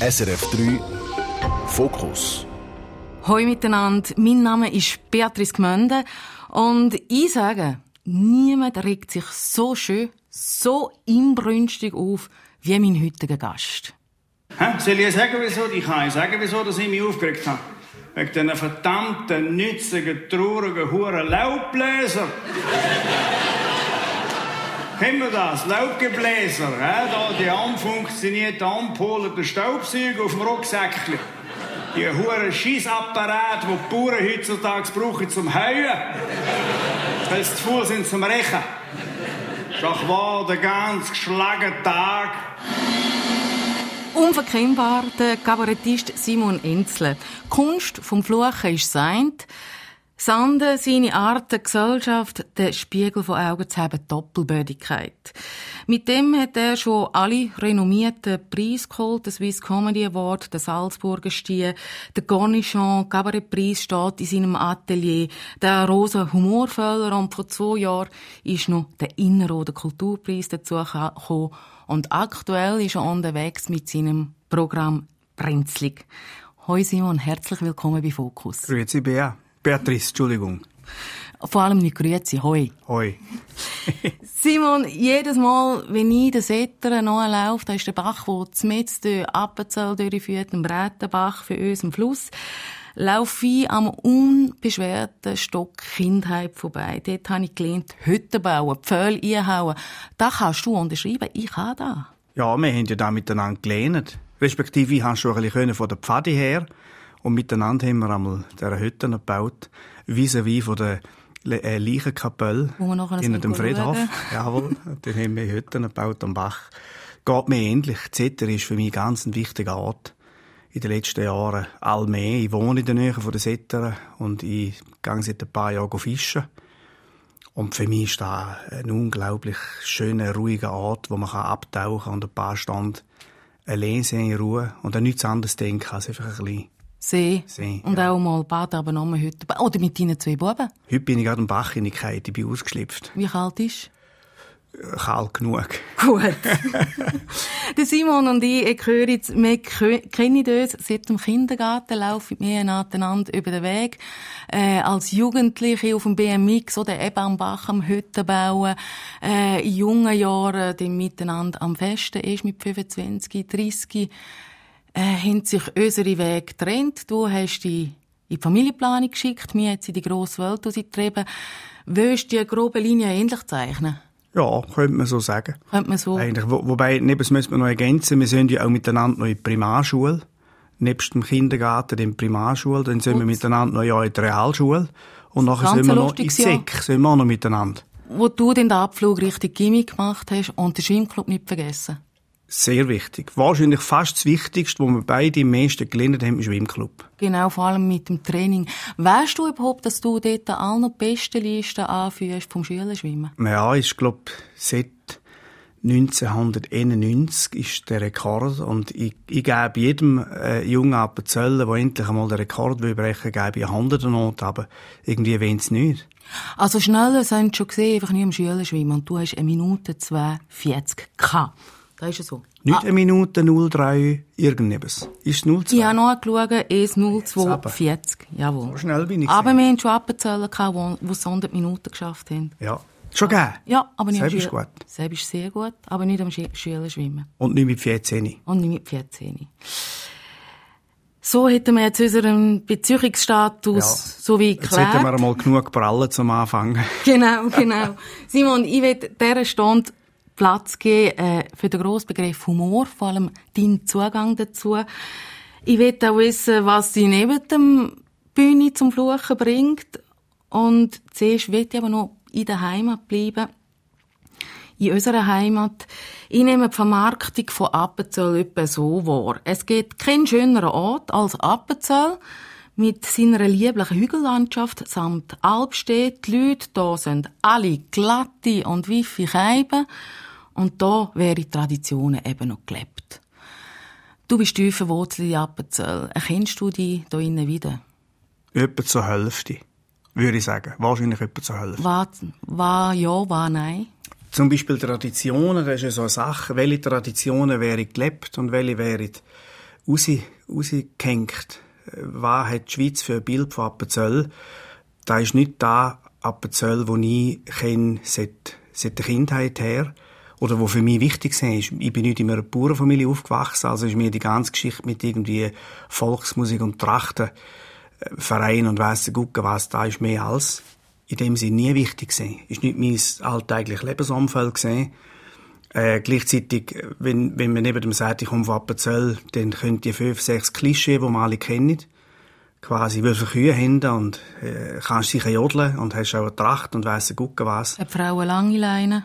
SRF 3 Fokus. Hoi miteinander, mein Name ist Beatrice Gmünde und ich sage, niemand regt sich so schön, so inbrünstig auf wie mein heutiger Gast. Soll ich sagen, wieso? Ich kann sagen, wieso ich mich aufgeregt habe. Wegen diesen verdammten, nützigen, traurigen, huren Laubbläser. Kennen wir das? Laubgebläser. Da die unfunktionierte Ampel, der Staubsauger auf dem Rucksäckchen. Die huren Scheissapparate, die die Bauern heutzutage brauchen zum Heuen. Weil sie zu faul sind zum Rechen. Doch war der ganz geschlagene Tag. Unverkennbar der Kabarettist Simon Enzle. Die Kunst vom Fluchen ist sein. Sande, seine Art der Gesellschaft, den Spiegel vor Augen zu haben, Doppelbödigkeit. Mit dem hat er schon alle renommierten Preise geholt, den Swiss Comedy Award, den Salzburger Stier, den Cornichon Kabarettpreis steht in seinem Atelier, der Rosa Humorvöller, und vor 2 Jahren ist noch der Innerrhoden Kulturpreis dazu gekommen. Und aktuell ist er unterwegs mit seinem Programm Brenzlig. Hoi Simon, herzlich willkommen bei Fokus. Grüezi, Beatrice, Entschuldigung. Vor allem nicht grüezi, hoi. Hoi. Simon, jedes Mal, wenn ich den Settern nachlaufe, da ist der Bach, der zumindest durch Appenzell durchführt, ein Breitenbach für uns im Fluss, laufe ich am unbeschwerten Stock Kindheit vorbei. Dort habe ich gelernt, Hütten bauen, Pfähle einhauen. Das kannst du unterschreiben, ich kann das. Ja, wir haben ja da miteinander gelernt. Respektive, ich habe schon ein bisschen von der Pfade her. Und miteinander haben wir einmal diese Hütten gebaut, vis-à-vis von der Leichenkapelle in dem Friedhof. Jawohl, da haben wir Hütten gebaut am Bach. Geht mir ähnlich. Zetter ist für mich ganz ein wichtiger Ort. In den letzten Jahren allmählich. Ich wohne in der Nähe von den Settern und ich gehe seit ein paar Jahren fischen. Und für mich ist das ein unglaublich schöner, ruhiger Ort, wo man abtauchen kann und ein paar Stunden allein sein in Ruhe und an nichts anderes denken als einfach ein bisschen See. Und ja. auch mal baden, aber noch mal heute. Oder mit deinen 2 Buben. Heute bin ich gerade am Bach hineingefallen, ich bin ausgeschlüpft. Wie kalt ist? Kalt genug. Gut. Der Simon und ich wir kennen uns seit dem Kindergarten, laufen wir nacheinander über den Weg. Als Jugendliche auf dem BMX oder eben am Bach am Hütten bauen. In jungen Jahren dann miteinander am Festen, erst mit 25, 30. Haben sich unsere Wege getrennt. Du hast dich in die Familienplanung geschickt, mir hat sie die grosse Welt ausgetrieben. Willst du die grobe Linie ähnlich zeichnen? Ja, könnte man so sagen. Könnte man so. Eigentlich, wobei, das müssen wir noch ergänzen, wir sind ja auch miteinander noch in die Primarschule. Nebst dem Kindergarten in die Primarschule, dann sind wir miteinander noch in die Realschule. Und nachher sind wir noch in Sek, sind wir auch noch miteinander. Wo du den Abflug Richtung Gimmick gemacht hast und den Schwimmclub nicht vergessen. Sehr wichtig. Wahrscheinlich fast das Wichtigste, was wir beide am meisten gelernt haben, im Schwimmclub. Genau, vor allem mit dem Training. Weißt du überhaupt, dass du dort alle noch die besten Listen anführst vom Schülerschwimmen? Ja, ist, seit 1991 ist der Rekord. Und ich gebe jedem jungen Appenzeller, der endlich einmal den Rekord brechen will, gebe ich 100 Noten, aber irgendwie wollen sie nicht. Also schneller sind schon gesehen, einfach nicht am Schülerschwimmen. Und du hast 1 Minute 2,40 gehabt. Das ist ja so. Nicht 1 Minute 03 irgendetwas. Ist es 02? Ich habe nachgeschaut, es 02,40. Jawohl. So schnell bin ich. Aber wir hatten schon Appenzellen, die es 100 Minuten geschafft haben. Ja. Schon gegeben? Ja, aber nicht am Selbst ist gut. Selbst ist sehr gut, aber nicht am Schülerschwimmen. Und nicht mit 14. Und nicht mit 14. So hätten wir jetzt unseren Beziehungsstatus so wie geklärt. Jetzt hätten wir einmal genug Prallen zum Anfang. Genau. Simon, ich will dieser Stunde Platz geben für den grossen Begriff Humor, vor allem deinen Zugang dazu. Ich will auch wissen, was dich neben dem Bühne zum Fluchen bringt. Und zuerst will ich aber noch in der Heimat bleiben. In unserer Heimat. Ich nehme die Vermarktung von Appenzell etwa so wahr. Es gibt keinen schöneren Ort als Appenzell mit seiner lieblichen Hügellandschaft samt Alpstedt. Die Leute hier sind alle glatte und weiche Scheiben. Und da wären Traditionen eben noch gelebt. Du bist tief verwurzelt in Appenzell. Erkennst du dich hier innen wieder? Etwa zur Hälfte, würde ich sagen. Wahrscheinlich etwa zur Hälfte. Was ja, was nein? Zum Beispiel Traditionen, das ist ja so eine Sache. Welche Traditionen wären gelebt und welche wären rausgehängt. Was hat die Schweiz für ein Bild von Appenzell? Das ist nicht das Appenzell, das ich kenne seit der Kindheit her. Oder wo für mich wichtig ist. Ich bin nicht in einer Bauernfamilie aufgewachsen, also ist mir die ganze Geschichte mit irgendwie Volksmusik und Trachten, Verein und weiss der Gucke was, da ist mehr als in dem Sinne nie wichtig gewesen. Ist nicht mein alltägliches Lebensumfeld gewesen. Gleichzeitig, wenn man neben dem sagt, ich komme von Appenzell, dann könnt ihr 5, 6 Klischee, die man alle kennen. Quasi, wie viele Kühe haben und kannst sicher jodeln und hast auch eine Tracht und weiss der Gucke was. Hat die Frau eine lange Leine?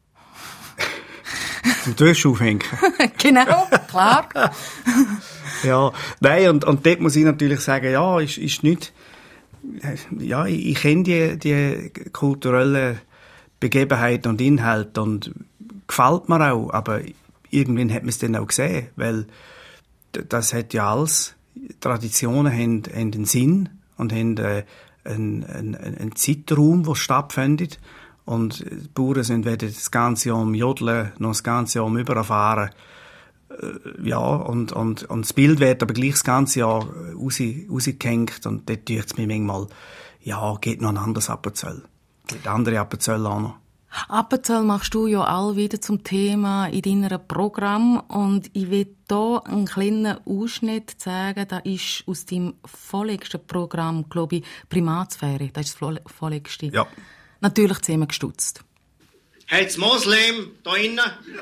Zum Tisch aufhängen. Genau, klar. Ja, nein, und dort muss ich natürlich sagen, ja, ist nicht, ja, ich kenne die kulturellen Begebenheiten und Inhalte und gefällt mir auch, aber irgendwann hat man es dann auch gesehen, weil das hat ja alles, Traditionen haben einen Sinn und haben einen Zeitraum, der stattfindet. Und die Bauern sind weder das ganze Jahr am Jodeln, noch das ganze Jahr am Überfahren. Ja, und das Bild wird aber gleich das ganze Jahr rausgehängt. Und dort tut es mir manchmal, ja, geht noch ein anderes Appenzell. Geht andere Appenzell auch noch. Appenzell machst du ja all wieder zum Thema in deinem Programm. Und ich will hier einen kleinen Ausschnitt zeigen. Das ist aus deinem vorletzten Programm, glaube ich, Primatsphäre. Das ist das vorletzte. Ja. Natürlich zusammengestutzt. Hat's Moslem da innen?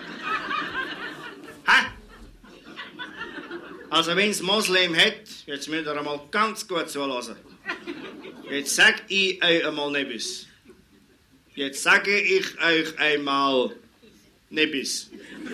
Hä? Also wenn's Moslem hat, jetzt müsst ihr einmal ganz gut zuhören. Jetzt sag ich euch einmal nebis. Jetzt sage ich euch einmal nebis.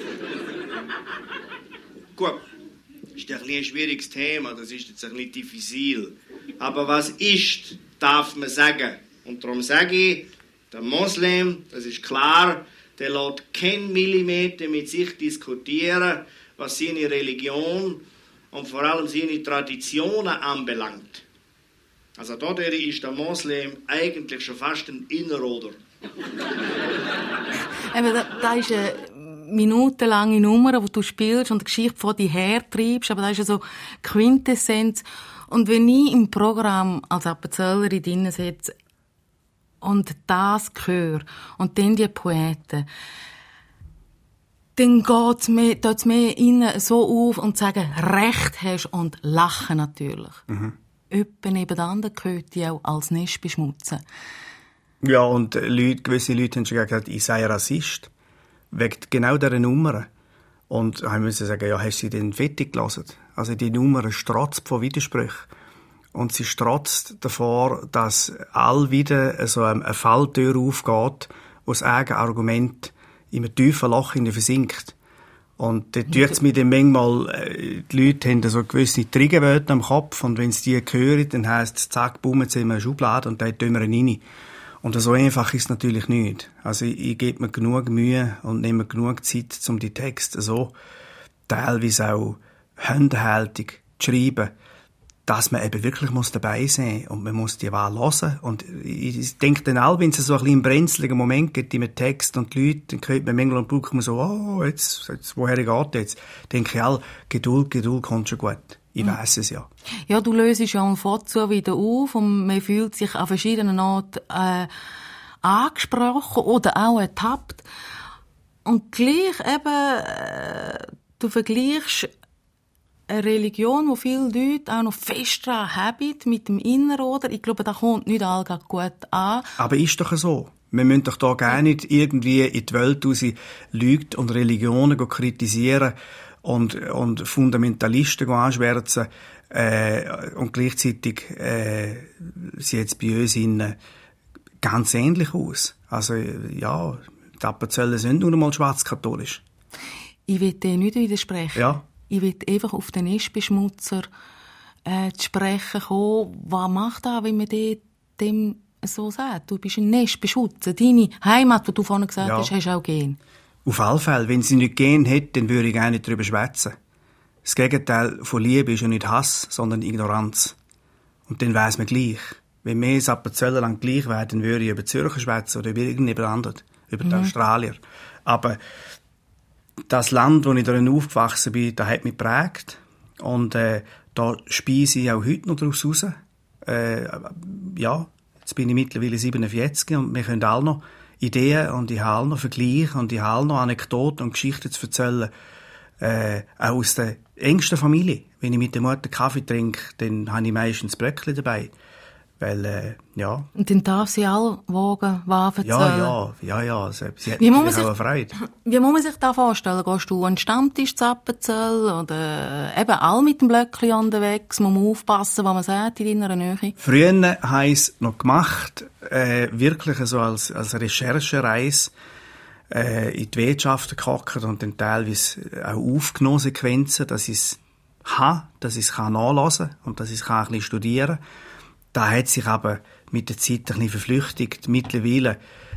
Gut, ist ein schwieriges Thema, das ist jetzt ein bisschen diffizil. Aber was ist, darf man sagen. Und darum sage ich, der Moslem, das ist klar, der lässt keinen Millimeter mit sich diskutieren, was seine Religion und vor allem seine Traditionen anbelangt. Also dadurch ist der Moslem eigentlich schon fast ein Inneroder. Da ist eine minutenlange Nummer, die du spielst und die Geschichte vor dir hertreibst, aber das ist ja so Quintessenz. Und wenn ich im Programm als Appenzellerin drin sitze, und das höre, und dann die Poeten, dann geht's mir innen so auf und sagen, Recht hast und lachen natürlich. Öppe nebeneinander gehört die auch als Nest beschmutzen. Ja, und gewisse Leute haben schon gesagt, ich sei Rassist. Wegen genau dieser Nummer. Und haben müssen sagen, ja, hast du sie denn fertig gelassen? Also die Nummer strotzt von Widersprüchen. Und sie strotzt davor, dass all wieder so eine Falltür aufgeht, wo das eigene Argument in einem tiefen Loch versinkt. Und dort tut es mir dann manchmal, die Leute haben so gewisse Triggerwörter am Kopf und wenn sie die hören, dann heisst es, zack, bumm, jetzt sind wir in eine Schublade und dort tun wir ihn rein. Und so einfach ist es natürlich nicht. Also ich gebe mir genug Mühe und nehme genug Zeit, um die Texte so teilweise auch händehältig zu schreiben, dass man eben wirklich dabei sein muss und man muss die Wahl hören. Und ich denke dann auch, wenn es so ein bisschen brenzligen Moment gibt in einem Text und die Leute, dann hört man manchmal und braucht man so, oh, jetzt woher geht jetzt? Denke ich auch, Geduld kommt schon gut. Ich weiss es ja. Ja, du löst ja einen Fotzo wieder auf und man fühlt sich an verschiedenen Orten angesprochen oder auch ertappt. Und gleich eben, du vergleichst eine Religion, wo viele Leute auch noch fest daran haben, mit dem Inneroder. Ich glaube, das kommt nicht allgemein gut an. Aber ist doch so. Wir müssen doch da gar nicht irgendwie in die Welt raus Leute und Religionen kritisieren und Fundamentalisten anschwärzen und gleichzeitig sie jetzt bei uns ganz ähnlich aus. Also ja, die Appenzeller sind nun einmal schwarzkatholisch. Ich will dir nicht widersprechen. Ja. Ich will einfach auf den Nestbeschmutzer zu sprechen kommen. Was macht das, wenn man dem so sagt? Du bist ein Nestbeschmutzer. Deine Heimat, die du vorhin gesagt hast, hast auch gehen. Auf alle Fälle. Wenn sie nicht gehen hätte, dann würde ich gar nicht darüber schwätzen. Das Gegenteil von Liebe ist ja nicht Hass, sondern Ignoranz. Und dann weiss man gleich. Wenn wir es Appenzeller lang gleich wären, dann würde ich über Zürcher schwätzen oder über irgendjemand anderen, über die Australier. Aber das Land, wo ich darin aufgewachsen bin, das hat mich geprägt. Und da speise ich auch heute noch daraus raus. Ja, jetzt bin ich mittlerweile 47 und wir können alle noch Ideen und ich habe noch Vergleiche und ich habe noch Anekdoten und Geschichten zu erzählen, auch aus der engsten Familie. Wenn ich mit der Mutter Kaffee trinke, dann habe ich meistens Bröckli dabei. Weil, ja. Und dann darf sie alle Wagen erzählen. Ja. Also, sie hat natürlich auch eine Freude. Wie muss man sich das vorstellen? Gehst du an den Stammtisch zu Appenzell oder eben alle mit dem Blöckli unterwegs? Muss man aufpassen, was man sagt in deiner Nähe? Früher habe ich es noch gemacht, wirklich so als Recherchereise in die Wirtschaft gehockt und dann teilweise auch aufgenommen Sequenzen, dass ich es habe, dass ich es nachlesen kann und dass ich es ein bisschen studieren kann. Da hat sich aber mit der Zeit ein bisschen verflüchtigt. Mittlerweile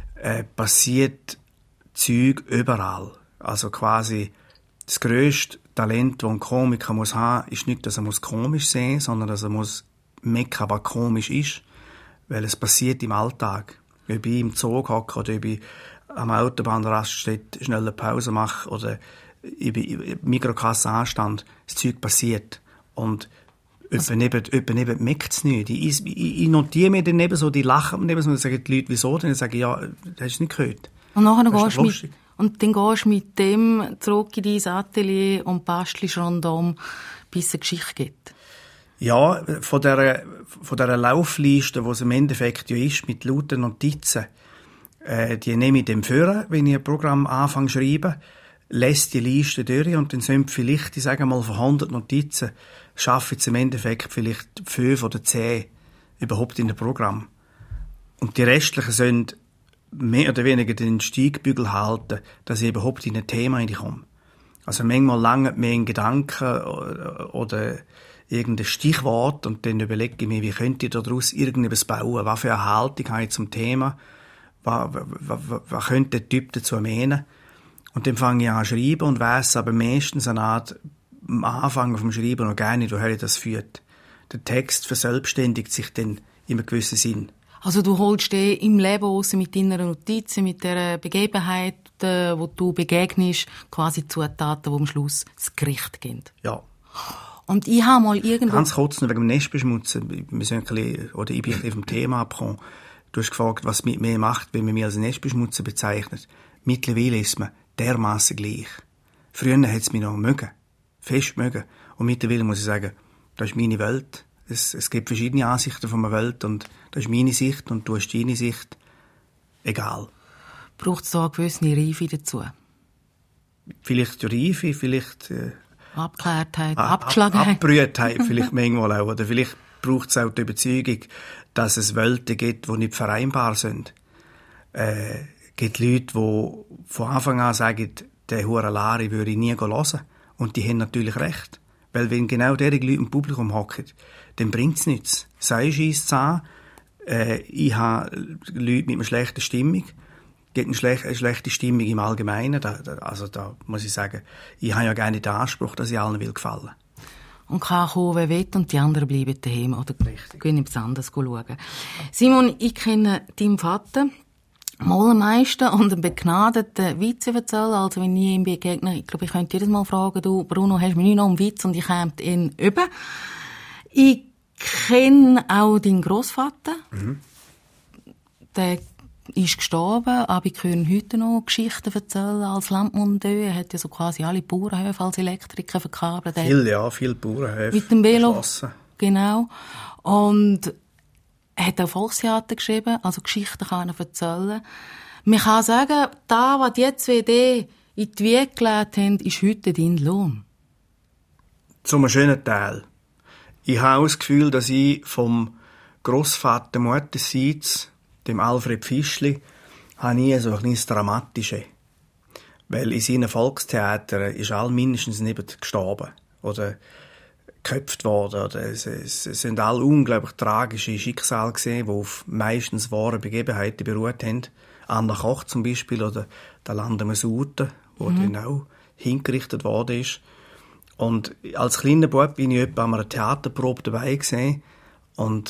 passiert Zeug überall. Also quasi das grösste Talent, das ein Komiker haben muss, ist nicht, dass er komisch sehen muss, sondern dass er merken, was komisch ist. Weil es passiert im Alltag. Ob ich im Zug hocke oder ob ich am Autobahnraststätte schnell eine Pause mache oder ob ich Mikrokasse anstand, das Zeug passiert. Und jemand merkt es nicht. Ich notiere mir dann eben so, die lachen mir eben so und sagen die Leute, wieso? Dann sage ich, ja, das hast du nicht gehört. Und nachher gehst du mit dem zurück in dein Atelier und bastelst rundum, bis es eine Geschichte gibt. Ja, von dieser Laufliste, die es im Endeffekt ja ist, mit lauten Notizen, die nehme ich dann vor, wenn ich ein Programm anfange zu schreiben, lässt die Liste durch und dann sind vielleicht, ich sage mal, von 100 Notizen schaffe ich im Endeffekt vielleicht 5 oder 10 überhaupt in einem Programm. Und die restlichen sind mehr oder weniger den Steigbügel halten, dass ich überhaupt in ein Thema hineinkomme. Also manchmal lange mir ein Gedanke oder irgendein Stichwort und dann überlege ich mir, wie könnte ich daraus irgendetwas bauen, was für eine Haltung habe ich zum Thema, was könnte der Typ dazu meinen. Und dann fange ich an zu schreiben und weiss aber meistens eine Art am Anfang vom Schreiben noch gar nicht, woher das führt. Der Text verselbstständigt sich dann in einem gewissen Sinn. Also du holst dich im Leben raus mit deiner Notizen, mit der Begebenheit, wo du begegnest, quasi Zutaten, die am Schluss das Gericht geben. Ja. Und ich habe mal irgendwo... Ganz kurz noch wegen dem Nestbeschmutzen. Wir sind ein bisschen, oder ich bin vom Thema abgekommen. Du hast gefragt, was mit mir macht, wenn man mich als Nestbeschmutzer bezeichnet. Mittlerweile ist man dermassen gleich. Früher hat es mich noch mögen. Fest mögen. Und mittlerweile muss ich sagen, das ist meine Welt. Es gibt verschiedene Ansichten von einer Welt und das ist meine Sicht und du hast deine Sicht. Egal. Braucht es da eine gewisse Reife dazu? Vielleicht Reife, vielleicht... Abgeklärtheit, Abgeschlagenheit. Abbrühtheit vielleicht manchmal auch. Oder vielleicht braucht es auch die Überzeugung, dass es Welten gibt, die nicht vereinbar sind. Es gibt Leute, die von Anfang an sagen, den Huralari würde ich nie hören. Und die haben natürlich recht. Weil wenn genau diese Leute im Publikum hocken, dann bringt es nichts. Sei scheisst es an, ich habe Leute mit einer schlechten Stimmung, gibt eine schlechte Stimmung im Allgemeinen. Da muss ich sagen, ich habe ja gerne den Anspruch, dass ich allen gefallen will. Und kann kommen, wer will, und die anderen bleiben daheim oder gehen etwas anderes schauen. Simon, ich kenne deinen Vater, Malermeister und einen begnadeten Witzeverzähler. Also wenn ich ihm begegne, ich glaube, ich könnte jedes Mal fragen, du Bruno, hast du mir nicht noch einen Witz? Und ich käme ihn über. Ich kenne auch deinen Grossvater. Mhm. Der ist gestorben, aber ich höre heute noch Geschichten erzählen als Landmonteur. Er hat ja so quasi alle Bauernhöfe als Elektriker verkabelt. Viele Bauernhöfe. Mit dem Velo. Genau. Und er hat auch Volkstheater geschrieben, also Geschichten kann er erzählen. Man kann sagen, das, was die 2D in die Wiege gelegt haben, ist heute dein Lohn. Zum schönen Teil. Ich habe auch das Gefühl, dass ich vom Grossvater Mutterseits, dem Alfred Fischli, habe ich so ein kleines Dramatisches. Weil in seinen Volkstheatern ist all mindestens niemand gestorben. Oder geköpft worden. Oder es sind alle unglaublich tragische Schicksale gesehen, die auf meistens wahre Begebenheiten beruht haben. Anna Koch zum Beispiel oder der Landemersuten, wo dann auch hingerichtet worden ist. Und als kleiner Bub bin ich etwa an einer Theaterprobe dabei gewesen. Und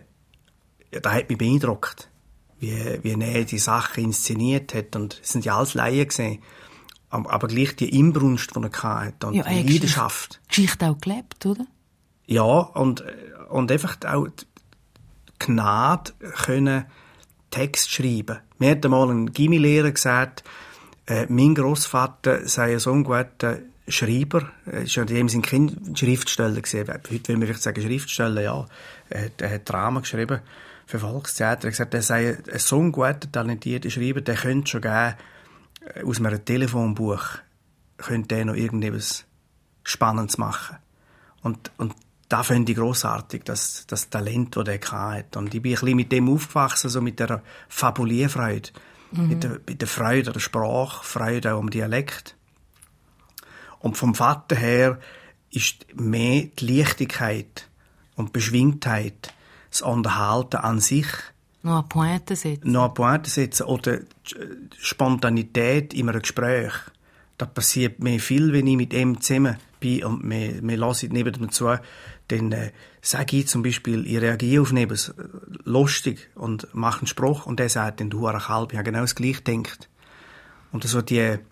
das hat mich beeindruckt, wie er die Sachen inszeniert hat. Und es sind ja alles Laien gewesen. aber gleich die Inbrunst, die er hatte und die Leidenschaft. Geschichte auch gelebt, oder? Ja, und einfach auch die Gnade können Text schreiben. Mir hat einmal ein Gimmi-Lehrer gesagt, mein Grossvater sei so ein guter Schreiber, ist ja in dem Sinne kein Schriftsteller gewesen. Heute will man vielleicht sagen Schriftsteller, ja. Er hat Drama geschrieben für Volkstheater. Er hat gesagt, er sei so ein guter, talentierter Schreiber, der könnte schon gerne aus einem Telefonbuch könnte der noch irgendetwas Spannendes machen. Und da finde ich grossartig, das Talent, das der hatte. Und ich bin ein bisschen mit dem aufgewachsen, so mit der Fabulierfreude. Mit der Freude an der Sprache, Freude auch am Dialekt. Und vom Vater her ist mehr die Leichtigkeit und die Beschwingtheit, das Unterhalten an sich. Noch eine Pointe setzen. Oder die Spontanität in einem Gespräch. Das passiert mir viel, wenn ich mit ihm zusammen bin und wir hören neben dem zu, dann sage ich zum Beispiel, ich reagiere auf etwas lustig und mache einen Spruch und der sagt dann, du Kalb, ich habe genau das Gleiche gedacht. Und so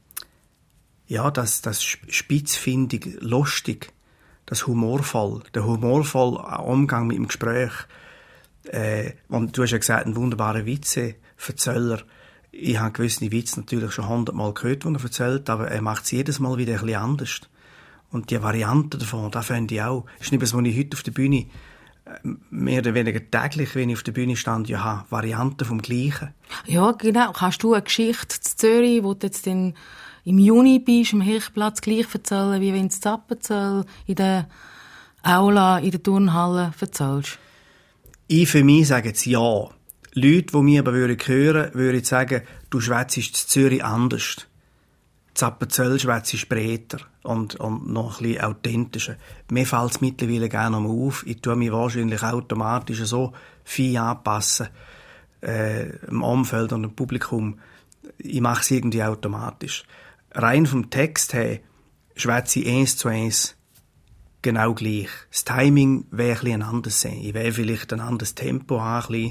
das spitzfindig, lustig, das humorvoll, der humorvolle Umgang mit dem Gespräch. Und du hast ja gesagt, ein wunderbarer Witze-Verzähler. Ich habe gewisse Witze natürlich schon 100-mal gehört, die er erzählt, aber er macht es jedes Mal wieder ein bisschen anders. Und die Varianten davon, das finde ich auch. Das ist nicht was ich heute auf der Bühne mehr oder weniger täglich, wenn ich auf der Bühne stand, ja, Varianten vom Gleichen. Ja, genau. Kannst du eine Geschichte zu Zürich, wo du jetzt im Juni bist, am Hirchplatz, gleich erzählen, wie wenn du Zappenzell in der Aula, in der Turnhalle erzählst? Ich für mich sage jetzt ja. Leute, die mich aber hören würden sagen, du schwätzt in Zürich anders. Zappenzell schwätzt breiter und noch ein bisschen authentischer. Mir fällt es mittlerweile gerne noch auf. Ich tue mich wahrscheinlich automatisch so viel anpassen, im Umfeld und im Publikum. Ich mache es irgendwie automatisch. Rein vom Text her schwätze ich 1:1 genau gleich. Das Timing wäre ein bisschen anders sein. Ich wäre vielleicht ein anderes Tempo haben,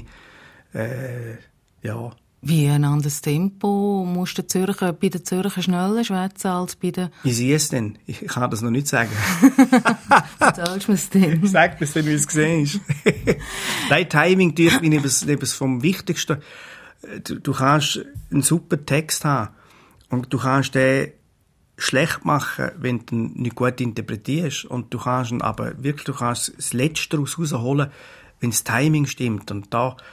ja. Wie ein anderes Tempo? Musst du bei den Zürcher schneller schwätzen als bei den... Wie siehst du es denn? Ich kann das noch nicht sagen. Erzählst du mir es denn? Sag mir es denn, wie es gesehen ist. Nein, Timing tue ich etwas vom Wichtigsten. Du kannst einen super Text haben und du kannst den schlecht machen, wenn du ihn nicht gut interpretierst. Und du kannst ihn aber wirklich, du kannst das Letzte daraus rausholen, wenn das Timing stimmt. Und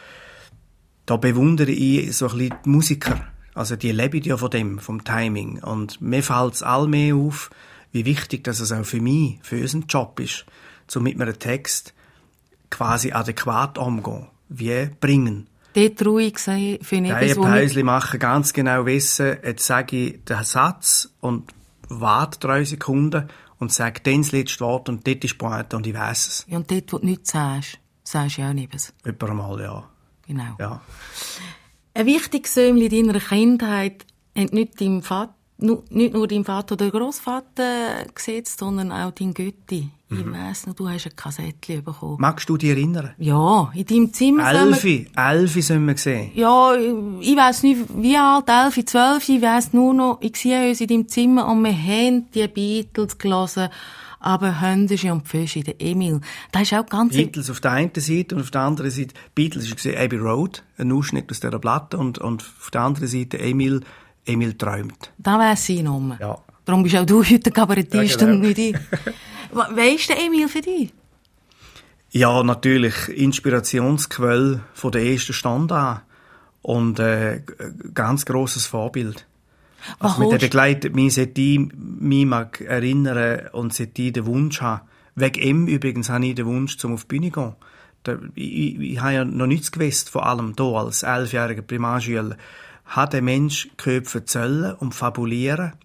da bewundere ich so ein bisschen die Musiker. Also die leben ja von dem, vom Timing. Und mir fällt es allmehr auf, wie wichtig das es auch für mich, für unseren Job ist, so mit einem Text quasi adäquat umgehen. Wie bringen. Dort ruhig sein, finde ich etwas, Päusli machen, ganz genau wissen, jetzt sage ich den Satz und warte 3 Sekunden und sage dann das letzte Wort und dort ist die Pointe und ich weiss es. Ja, und dort, wo du nichts sagst du ja auch nichts. Etwa einmal, ja. Genau. Ja. Ein wichtiges Säumchen deiner Kindheit hat nicht nur dein Vater oder Grossvater gesetzt, sondern auch dein Götti. Ich weiss noch, du hast ein Kassettchen bekommen. Magst du dich erinnern? Ja, in deinem Zimmer. Elfi sollen wir sehen. Ja, ich weiss nicht, wie alt, 11, 12, ich weiss nur noch, ich sehe uns in deinem Zimmer und wir haben die Beatles gelesen. Aber Händisch und Pföschi, der Emil, das ist auch ganz... Beatles auf der einen Seite und auf der anderen Seite... Beatles war Abbey Road, ein Ausschnitt aus dieser Platte und auf der anderen Seite Emil träumt. Da weiss ich noch mal. Ja. Darum bist auch du heute Kabarettist ja, genau. Und nicht ich. Wer ist der Emil für dich? Ja, natürlich Inspirationsquelle von der ersten Stunde an und ganz grosses Vorbild. Also mit der begleitet mich, seit ich mich mag erinnern und seit ich den Wunsch habe. Wegen ihm übrigens habe ich den Wunsch, zum auf die Bühne zu gehen. Ich habe ja noch nichts gewusst, vor allem hier als 11-jähriger Primarschüler. Hat der Mensch gehört erzählen und fabulieren.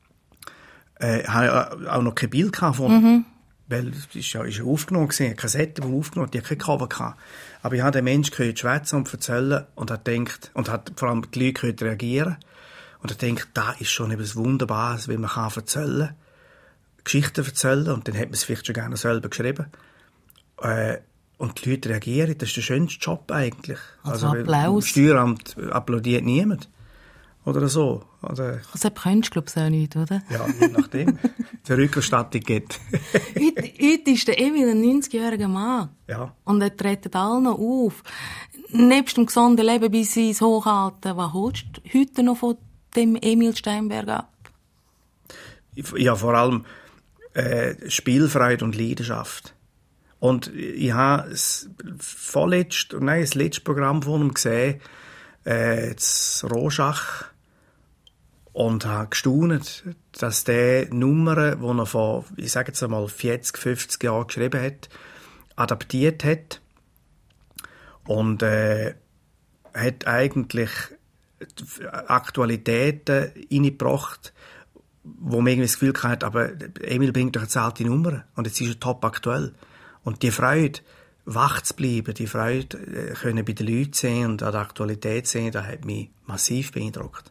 Habe auch noch kein Bild von. Weil es ist ja aufgenommen gewesen, eine Kassette, die aufgenommen, die hat kein Cover gehabt. Aber ich habe den Menschen gehört schwätzen und erzählen und hat gedacht, und hat vor allem die Leute gehört reagieren. Und ich denke, da ist schon etwas Wunderbares, weil man kann erzählen, Geschichten erzählen, und dann hat man es vielleicht schon gerne selber geschrieben. Und die Leute reagieren, das ist der schönste Job eigentlich. Also Applaus. Im Steueramt applaudiert niemand. oder so. Oder Also könntest du, glaube ich, auch nicht, oder? ja, je nachdem. Die Rückerstattung geht. Heute ist der Emil ein 90-jähriger Mann. Ja. Und er tritt alle noch auf. Nebst dem gesunden Leben bis ins Hochalter, was holst du heute noch von dem Emil Steinberg ab? Ja, vor allem Spielfreude und Leidenschaft. Und ich habe das letzte Programm von ihm gesehen, das Rorschach, und habe gestaunt, dass der Nummern, die er vor, ich sage jetzt einmal, 40, 50 Jahren geschrieben hat, adaptiert hat und hat eigentlich Aktualitäten reingebracht, wo man irgendwie das Gefühl hatte, aber Emil bringt doch jetzt alte Nummern und jetzt ist er top aktuell. Und die Freude, wach zu bleiben, die Freude können bei den Leuten sehen und an der Aktualität sehen, das hat mich massiv beeindruckt.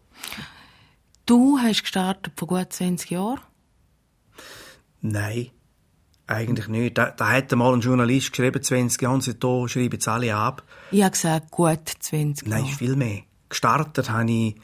Du hast gestartet vor gut 20 Jahren? Nein, eigentlich nicht. Da hat mal ein Journalist geschrieben, 20 Jahre, und seitdem schreiben jetzt alle ab. Ich habe gesagt, gut 20 Jahre. Nein, viel mehr. Gestartet habe ich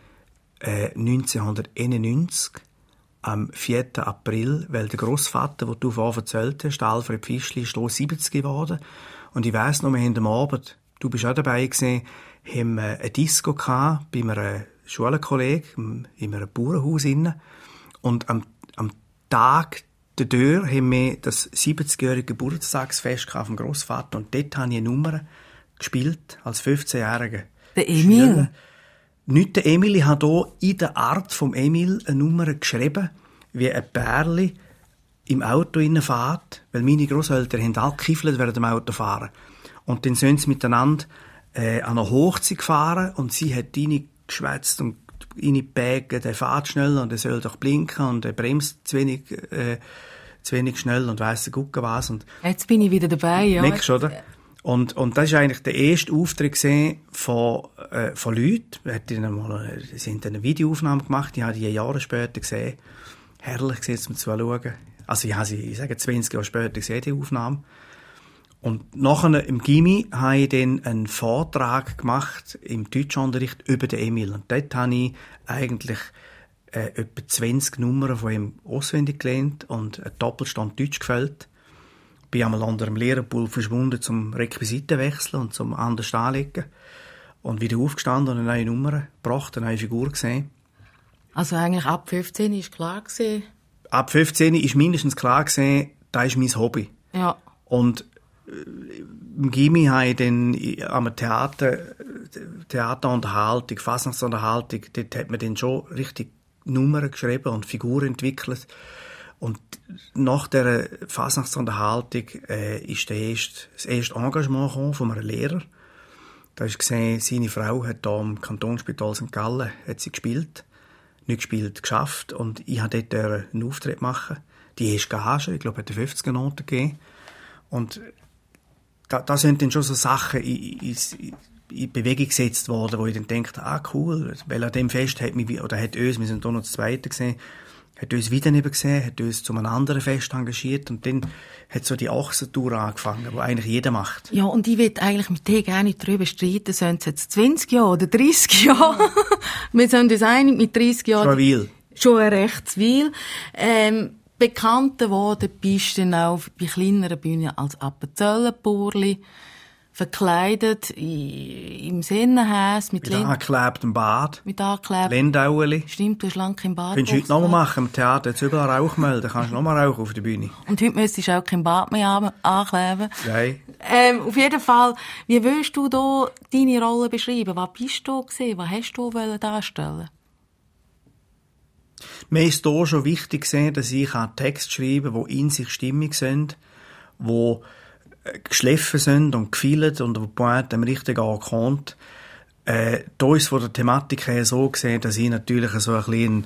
1991, am 4. April, weil der Grossvater, den du vorhin erzählt hast, Alfred Fischli, ist 70 geworden. Und ich weiss noch, wir haben am Abend, du bist auch dabei gewesen, haben wir eine Disco gehabt, bei einem Schulenkollegen, in einem Bauernhaus innen. Und am Tag der Tür haben wir das 70-jährige Geburtstagsfest vom Grossvater. Und dort habe ich eine Nummer gespielt, als 15-Jähriger. Der Emil? Schüler. Nicht der Emil, ich habe hier in der Art vom Emil eine Nummer geschrieben, wie ein Pärli im Auto fährt, weil meine Grosseltern haben alle gekiffelt während dem Autofahren. Und dann sind sie miteinander an einer Hochzeit gefahren und sie hat reingeschwätzt und reingepackt, der fährt schnell und er soll doch blinken und er bremst zu wenig schnell und weiss der Gucke was. Und jetzt bin ich wieder dabei, ja. Merkst du, oder? Und das war eigentlich der erste Auftritt von Leuten. Sie haben eine Videoaufnahme gemacht, die habe ich Jahre später gesehen. Herrlich gesehen, zum Zuschauen. Also ich habe sie, ich sage 20 Jahre später gesehen, die Aufnahme. Und nachher im Gymi habe ich dann einen Vortrag gemacht im Deutschunterricht über den Emil. Und dort habe ich eigentlich etwa 20 Nummern von ihm auswendig gelernt und einen Doppelstand Deutsch gefällt. Bin einmal unter dem Lehrerpult verschwunden zum Requisiten wechseln und zum anders anlegen. Und wieder aufgestanden und eine neue Nummer gebracht, eine neue Figur gesehen. Also eigentlich ab 15 ist klar gewesen? Ab 15 ist mindestens klar gewesen, das ist mein Hobby. Ja. Und im Gymi habe ich dann am Theaterunterhaltung, Fasnachtsunterhaltung, dort hat man dann schon richtig Nummern geschrieben und Figuren entwickelt. Und nach dieser Fasnachtsunterhaltung ist das erste Engagement gekommen von einem Lehrer. Da ist gesehen, seine Frau hat da am Kantonsspital St. Gallen hat sie gespielt. Nicht gespielt, geschafft. Und ich habe dort einen Auftritt machen. Die erste Gage, ich glaube, hat 50er Noten gegeben. Und da sind dann schon so Sachen in Bewegung gesetzt worden, wo ich dann denke, cool, weil an dem Fest hat mich, oder hat uns, wir sind hier noch das Zweite gesehen, hat uns wieder neben gesehen, hat uns zu einem anderen Fest engagiert und dann hat so die Achsentour angefangen, die eigentlich jeder macht. Ja, und ich will eigentlich mit dir gerne darüber streiten, sind es jetzt 20 Jahre oder 30 Jahre? Wir sind uns einig, mit 30 Jahren schon recht viel. Bekannter geworden bist du dann auch bei kleineren Bühnen als Appenzellenburli, verkleidet im Sennenhaus mit angeklebtem Bart. Mit angeklebtem Lendaueli. Stimmt, du hast lange kein Bart. Könntest du heute noch mal machen im Theater, jetzt überall Rauch melden, kannst du noch mal rauchen auf der Bühne. Und heute müsstest du auch kein Bart mehr ankleben. Nein. Auf jeden Fall, wie willst du da deine Rolle beschreiben? Was bist du gewesen? Was hast du darstellen? Mir ist hier schon wichtig gesehen, dass ich einen Text schreibe, wo in sich stimmig sind, wo geschliffen sind und gefeilt und wo die Pointe am richtigen Ort kommt. Da ist es von der Thematik her so gesehen, dass ich natürlich so ein bisschen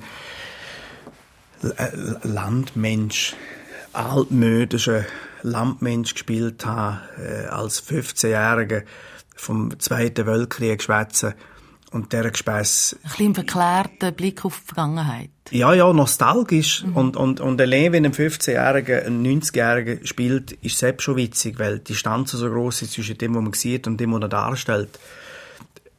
Landmensch, altmodischer Landmensch gespielt habe, als 15-Jähriger vom Zweiten Weltkrieg schwätzen. Und dieser Gespäss... Ein bisschen verklärter Blick auf die Vergangenheit. Ja, nostalgisch. Mhm. Und allein, wenn ein 15-Jähriger einen 90-Jährigen spielt, ist es selbst schon witzig, weil die Distanz so gross ist zwischen dem, was man sieht und dem, was er darstellt.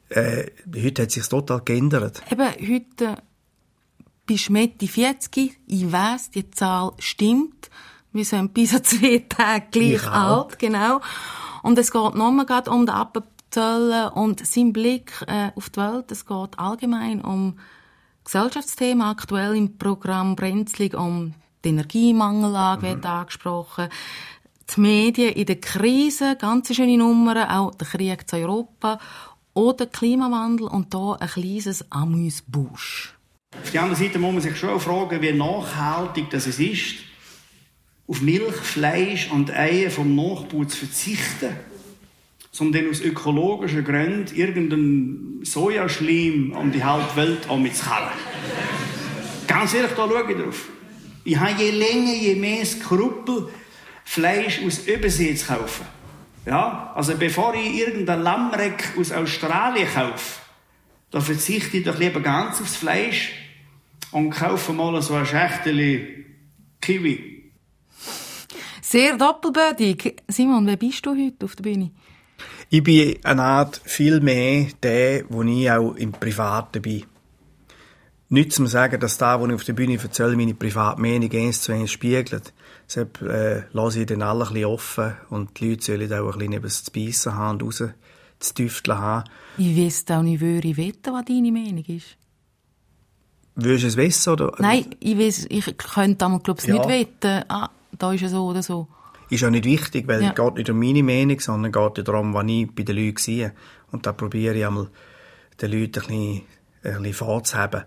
Heute hat es sich total geändert. Eben, heute bist du Mitte 40. Ich weiss, die Zahl stimmt. Wir sind bis zu 2 Tage gleich alt, genau. Und es geht nur mal um den Appenzell und seinen Blick auf die Welt. Es geht allgemein um Gesellschaftsthemen, aktuell im Programm Brenzlig um die Energiemangellage, wird angesprochen. Die Medien in der Krise, ganz schöne Nummern, auch der Krieg zu Europa oder Klimawandel und da ein kleines Amüsbusch. Auf der anderen Seite muss man sich schon fragen, wie nachhaltig das ist, auf Milch, Fleisch und Eier vom Nachbarn zu verzichten, um dann aus ökologischen Gründen irgendeinen Sojaschleim um die halbe Welt mitzukarren. Ganz ehrlich, da schaue ich drauf. Ich habe je länger, je mehr Skrupel, Fleisch aus Übersee zu kaufen. Ja, also bevor ich irgendein Lammreck aus Australien kaufe, da verzichte ich doch lieber ganz aufs Fleisch und kaufe mal so ein Schächtchen Kiwi. Sehr doppelbödig. Simon, wer bist du heute auf der Bühne? Ich bin eine Art viel mehr der, wo ich auch im Privaten bin. Nicht zu sagen, dass da, wo ich auf der Bühne erzähle, meine private Meinung 1:1 spiegelt. Deshalb lasse ich dann alle ein bisschen offen und die Leute sollen auch ein bisschen etwas zu beißen haben und raus zu tüfteln haben. Ich wüsste auch nicht, würde ich wetten, was deine Meinung ist. Würdest du es wissen? Oder? Nein, ich könnte aber, glaube ich, nicht wetten. Da ist es so oder so. Ist auch nicht wichtig, weil es geht nicht um meine Meinung, sondern es geht darum, was ich bei den Leuten sehe. Und da probiere ich einmal, den Leuten ein bisschen vorzuheben.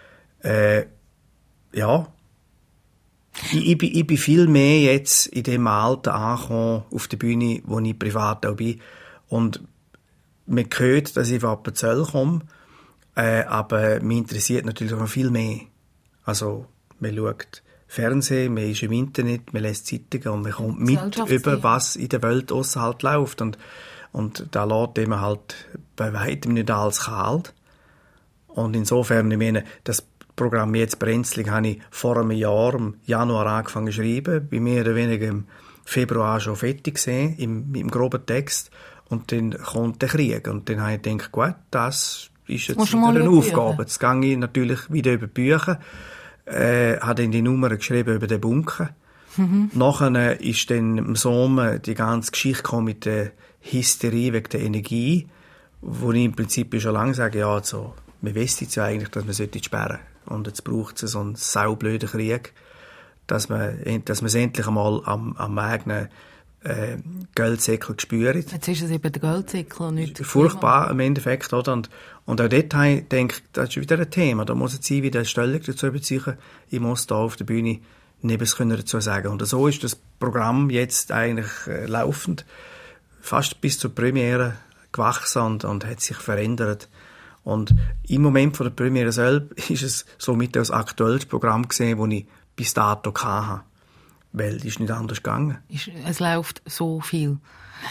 Ja. Ich bin viel mehr jetzt in dem Alter angekommen, auf der Bühne, wo ich privat auch bin. Und man hört, dass ich von Appenzell komme, aber mich interessiert natürlich noch viel mehr. Also, man schaut Fernsehen, man ist im Internet, man liest Zeitungen und man kommt mit über, was in der Welt ausserhalb läuft. Und da lässt man halt bei weitem nicht alles kalt. Und insofern, ich meine, das Programm jetzt Brenzlig habe ich vor einem Jahr, im Januar angefangen zu schreiben, bei mehr oder weniger im Februar schon fertig gesehen, im groben Text. Und dann kommt der Krieg. Und dann habe ich gedacht, gut, das ist jetzt wieder eine Aufgabe. Jetzt gehe ich natürlich wieder über die Bücher, habe dann die Nummer geschrieben über den Bunker. Nachher ist dann im Sommer die ganze Geschichte gekommen mit der Hysterie wegen der Energie, wo ich im Prinzip schon lange sage, ja, also, wir wissen jetzt ja eigentlich, dass man sperren sollte. Und jetzt braucht es so einen saublöden Krieg, dass man es endlich einmal am eigenen Geldsäckel spürt. Jetzt ist es eben der Geldsäckel und nicht furchtbar im Endeffekt, oder? Und auch dort denke ich, das ist wieder ein Thema. Da muss jetzt wieder eine Stellung dazu beziehen. Ich muss da auf der Bühne nebens dazu sagen. Und so ist das Programm jetzt eigentlich laufend, fast bis zur Premiere gewachsen und hat sich verändert. Und im Moment von der Premiere selbst ist es somit das aktuellste Programm gesehen, das ich bis dato hatte. Weil es ist nicht anders gegangen. Es läuft so viel.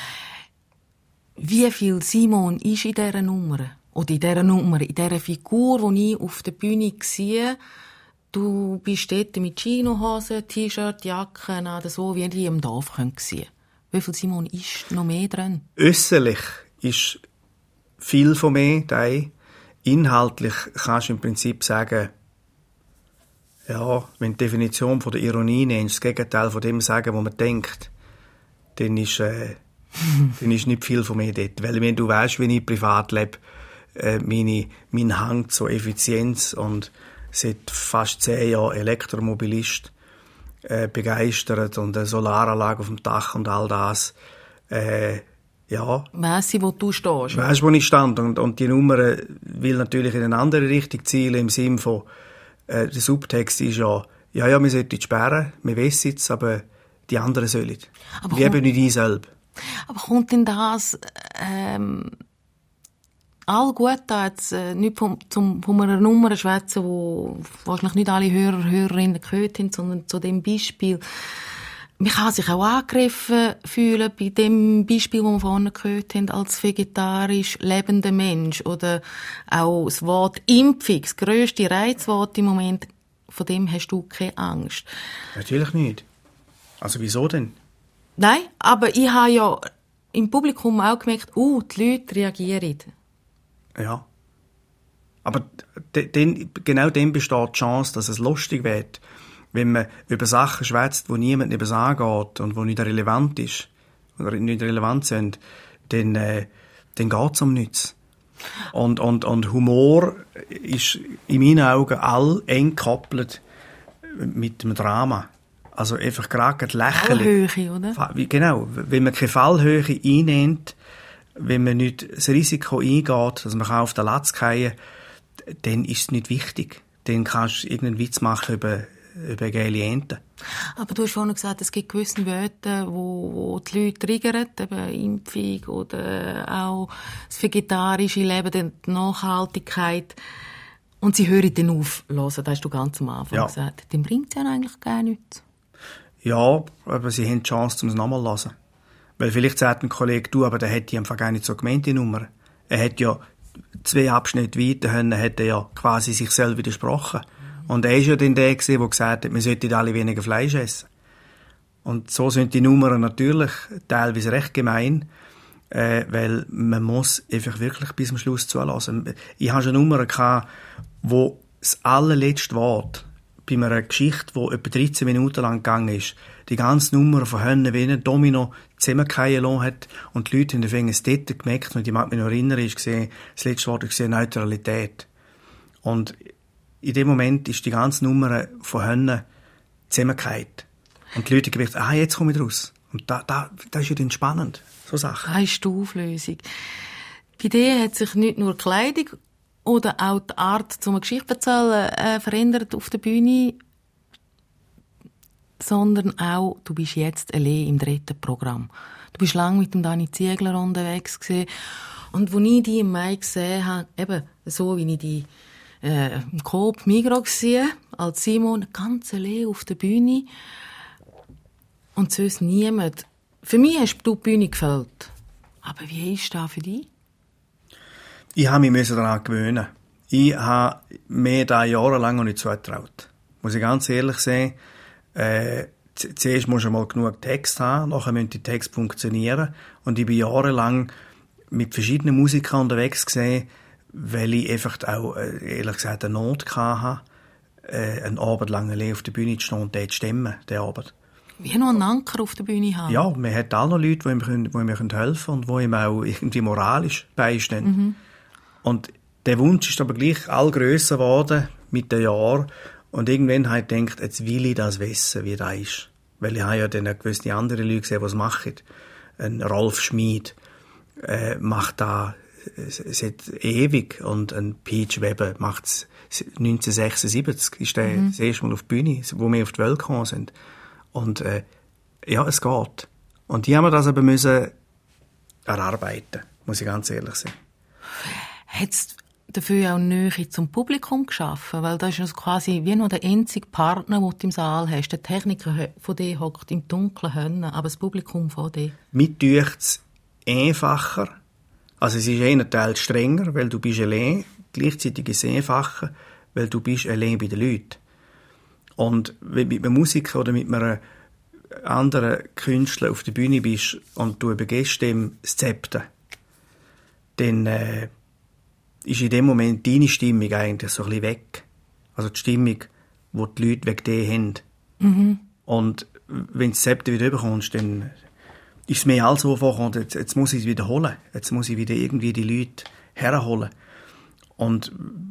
Wie viel Simon ist in dieser Nummer? Oder in dieser Figur, die ich auf der Bühne sehe? Du bist dort mit Chinohosen, T-Shirt, Jacken, so wie die im Dorf sehen. Wie viel Simon ist noch mehr drin? Äußerlich ist viel von mir dabei. Inhaltlich kannst du im Prinzip sagen, ja, wenn die Definition von der Ironie nimmst, das Gegenteil von dem sagen, was man denkt, dann ist nicht viel von mir dort. Weil wenn du weißt, wie ich privat lebe, mein Hang zur Effizienz und seit fast 10 Jahren Elektromobilist, begeistert und eine Solaranlage auf dem Dach und all das, ja. Weiss ich, wo du stehst? Weiss, wo ich stand. Und die Nummer will natürlich in eine andere Richtung zielen, im Sinne von, der Subtext ist ja, wir sollten sperren, wir wissen es, aber die anderen sollen. Lieber nicht ich selber. Aber kommt denn das, all gut da jetzt, nicht von einer Nummer schwätzen, wo wahrscheinlich nicht alle Hörerinnen gehört haben, sondern zu dem Beispiel. Man kann sich auch angegriffen fühlen bei dem Beispiel, das wir vorhin gehört haben, als vegetarisch lebender Mensch. Oder auch das Wort Impfung, das grösste Reizwort im Moment, von dem hast du keine Angst. Natürlich nicht. Also wieso denn? Nein, aber ich habe ja im Publikum auch gemerkt, die Leute reagieren. Ja. Aber genau dem besteht die Chance, dass es lustig wird. Wenn man über Sachen schwätzt, wo niemand über es angeht und wo nicht relevant ist, oder nicht relevant sind, dann geht es um nichts. Und Humor ist in meinen Augen all eng gekoppelt mit dem Drama. Also einfach gerade lächerlich. Fallhöhe, oder? Genau. Wenn man keine Fallhöhe einnimmt, wenn man nicht das Risiko eingeht, dass man auf den Latz fallen kann, dann ist es nicht wichtig. Dann kannst du irgendeinen Witz machen über geile Enten. Aber du hast vorhin gesagt, es gibt gewisse Wörter, wo die Leute triggern, eben Impfung oder auch das vegetarische Leben, die Nachhaltigkeit. Und sie hören dann auf, das hast du ganz am Anfang gesagt. Dann bringt es ja eigentlich gar nichts. Ja, aber sie haben die Chance, um es nochmal zu hören. Weil vielleicht sagt ein Kollege, du, aber der hätte einfach gar nicht so gemeint, die Nummer. Er hat ja 2 Abschnitte weiter, hat er ja quasi sich selbst widersprochen. Und er war ja dann der, der gesagt hat, wir sollten alle weniger Fleisch essen. Und so sind die Nummern natürlich teilweise recht gemein, weil man muss einfach wirklich bis zum Schluss zulassen. Ich hatte schon Nummern gehabt, wo das allerletzte Wort bei einer Geschichte, die etwa 13 Minuten lang gegangen ist, die ganze Nummer von Hönnen wie ein Domino zusammenfallen lassen hat und die Leute in den Fingern es dort gemerkt und ich mag mich noch erinnern, ist gesehen, das letzte Wort war Neutralität. Und in dem Moment ist die ganze Nummer von Hönnen zusammengefallen. Und die Leute haben gedacht, jetzt komme ich raus. Und das ist ja dann spannend, so Sachen. Das ist die Auflösung. Bei dir hat sich nicht nur die Kleidung oder auch die Art, zum eine Geschichte zu erzählen, verändert auf der Bühne, sondern auch, du bist jetzt allein im 3. Programm. Du bist lange mit dem Dani Ziegler unterwegs gewesen. Und als ich dich im Mai gesehen habe, eben so wie ich dich im Coop Migros gesehen, als Simon, ganz allein auf der Bühne. Und sonst niemand. Für mich hast du die Bühne gefällt. Aber wie ist das für dich? Ich habe mich daran gewöhnen. Ich habe mir da jahrelang noch nicht zugetraut. Muss ich ganz ehrlich sagen. Zuerst musst du mal genug Text haben, nachher müssen die Texte funktionieren. Und ich bin jahrelang mit verschiedenen Musikern unterwegs gewesen, weil ich einfach auch, ehrlich gesagt, eine Not hatte, einen Abend lang allein auf der Bühne zu stehen und dort zu stemmen, den Abend. Wie noch einen Anker auf der Bühne haben. Ja, man hat auch noch Leute, die mir helfen können und die ihm auch irgendwie moralisch beistehen. Mhm. Und der Wunsch ist aber gleich all grösser geworden mit den Jahren. Und irgendwann habe ich gedacht, jetzt will ich das wissen, wie das ist. Weil ich habe ja dann gewisse andere Leute gesehen, die es machen. Ein Rolf Schmid macht da seit ewig und ein Peach Weber macht es 1976, ist der das erste Mal auf die Bühne, wo wir auf die Welt gekommen sind. Und ja, es geht. Und die haben wir das aber müssen erarbeiten, muss ich ganz ehrlich sagen. Hat's dafür auch Nähe zum Publikum geschaffen? Weil das ist also quasi wie nur der einzige Partner, den du im Saal hast. Der Techniker von dir hockt im Dunkeln Hönnen, aber das Publikum von dir. Mir dünkt es einfacher. Also es ist eher Teil strenger, weil du bist allein. Gleichzeitig ist es einfacher, weil du bist allein bei den Leuten. Und wenn du mit einem Musiker oder mit einem anderen Künstler auf der Bühne bist und du übergibst dem das Zepter, dann ist in dem Moment deine Stimmung eigentlich so ein bisschen weg. Also die Stimmung, die die Leute wegen dir haben. Mhm. Und wenn du das Zepter wieder bekommst, dann ist es mir all so vorgekommen, jetzt muss ich es wiederholen. Jetzt muss ich wieder irgendwie die Leute herholen. Und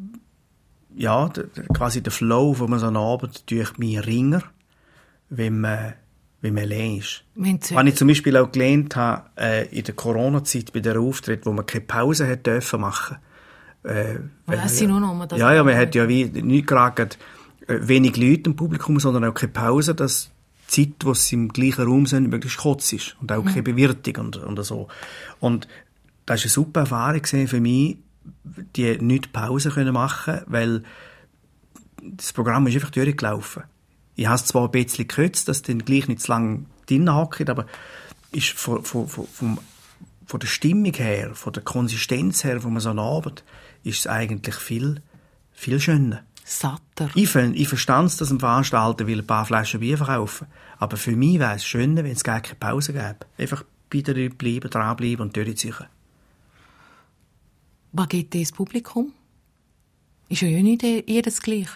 ja, quasi der Flow von so einer Abend durch mich ringer, wenn man allein ist. Was ich zum Beispiel auch gelernt habe, in der Corona-Zeit bei der Auftritt, wo man keine Pause hat dürfen machen. Man hat ja wie nicht gerade wenig Leute im Publikum, sondern auch keine Pause, dass die Zeit, wo sie im gleichen Raum sind, möglichst kurz ist. Und auch keine Bewirtung und so. Und das war eine super Erfahrung für mich, die nicht Pause machen können, weil das Programm ist einfach durchgelaufen. Ich habe es zwar ein bisschen gekürzt, dass dann gleich nicht zu lange drin hockt, aber ist von der Stimmung her, von der Konsistenz her von so einer Abend, ist es eigentlich viel, viel schöner. Satter. Ich verstand es, dass ein Veranstalter will ein paar Flaschen Bier verkaufen. Aber für mich wäre es schöner, wenn es gar keine Pause gäbe. Einfach bei den Leuten bleiben, dranbleiben und durchziehen. Was gibt das Publikum? Ist ja nicht jedes gleich.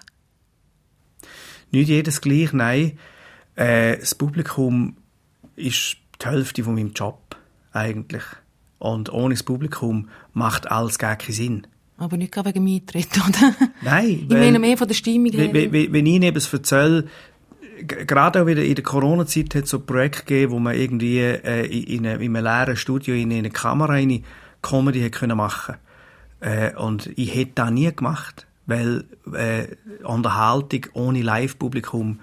Nicht jedes gleich, nein. Das Publikum ist die Hälfte von meinem Job, eigentlich. Und ohne das Publikum macht alles gar keinen Sinn. Aber nicht gerade wegen dem Eintritt, oder? Nein. Ich meine mehr von der Stimmung her. Wenn ich eben erzähle, gerade auch wieder in der Corona-Zeit hat es so Projekte gegeben, wo man irgendwie in einem leeren Studio in eine Kamera eine Comedy machen konnte. Und ich hätte das nie gemacht, weil Unterhaltung ohne Live-Publikum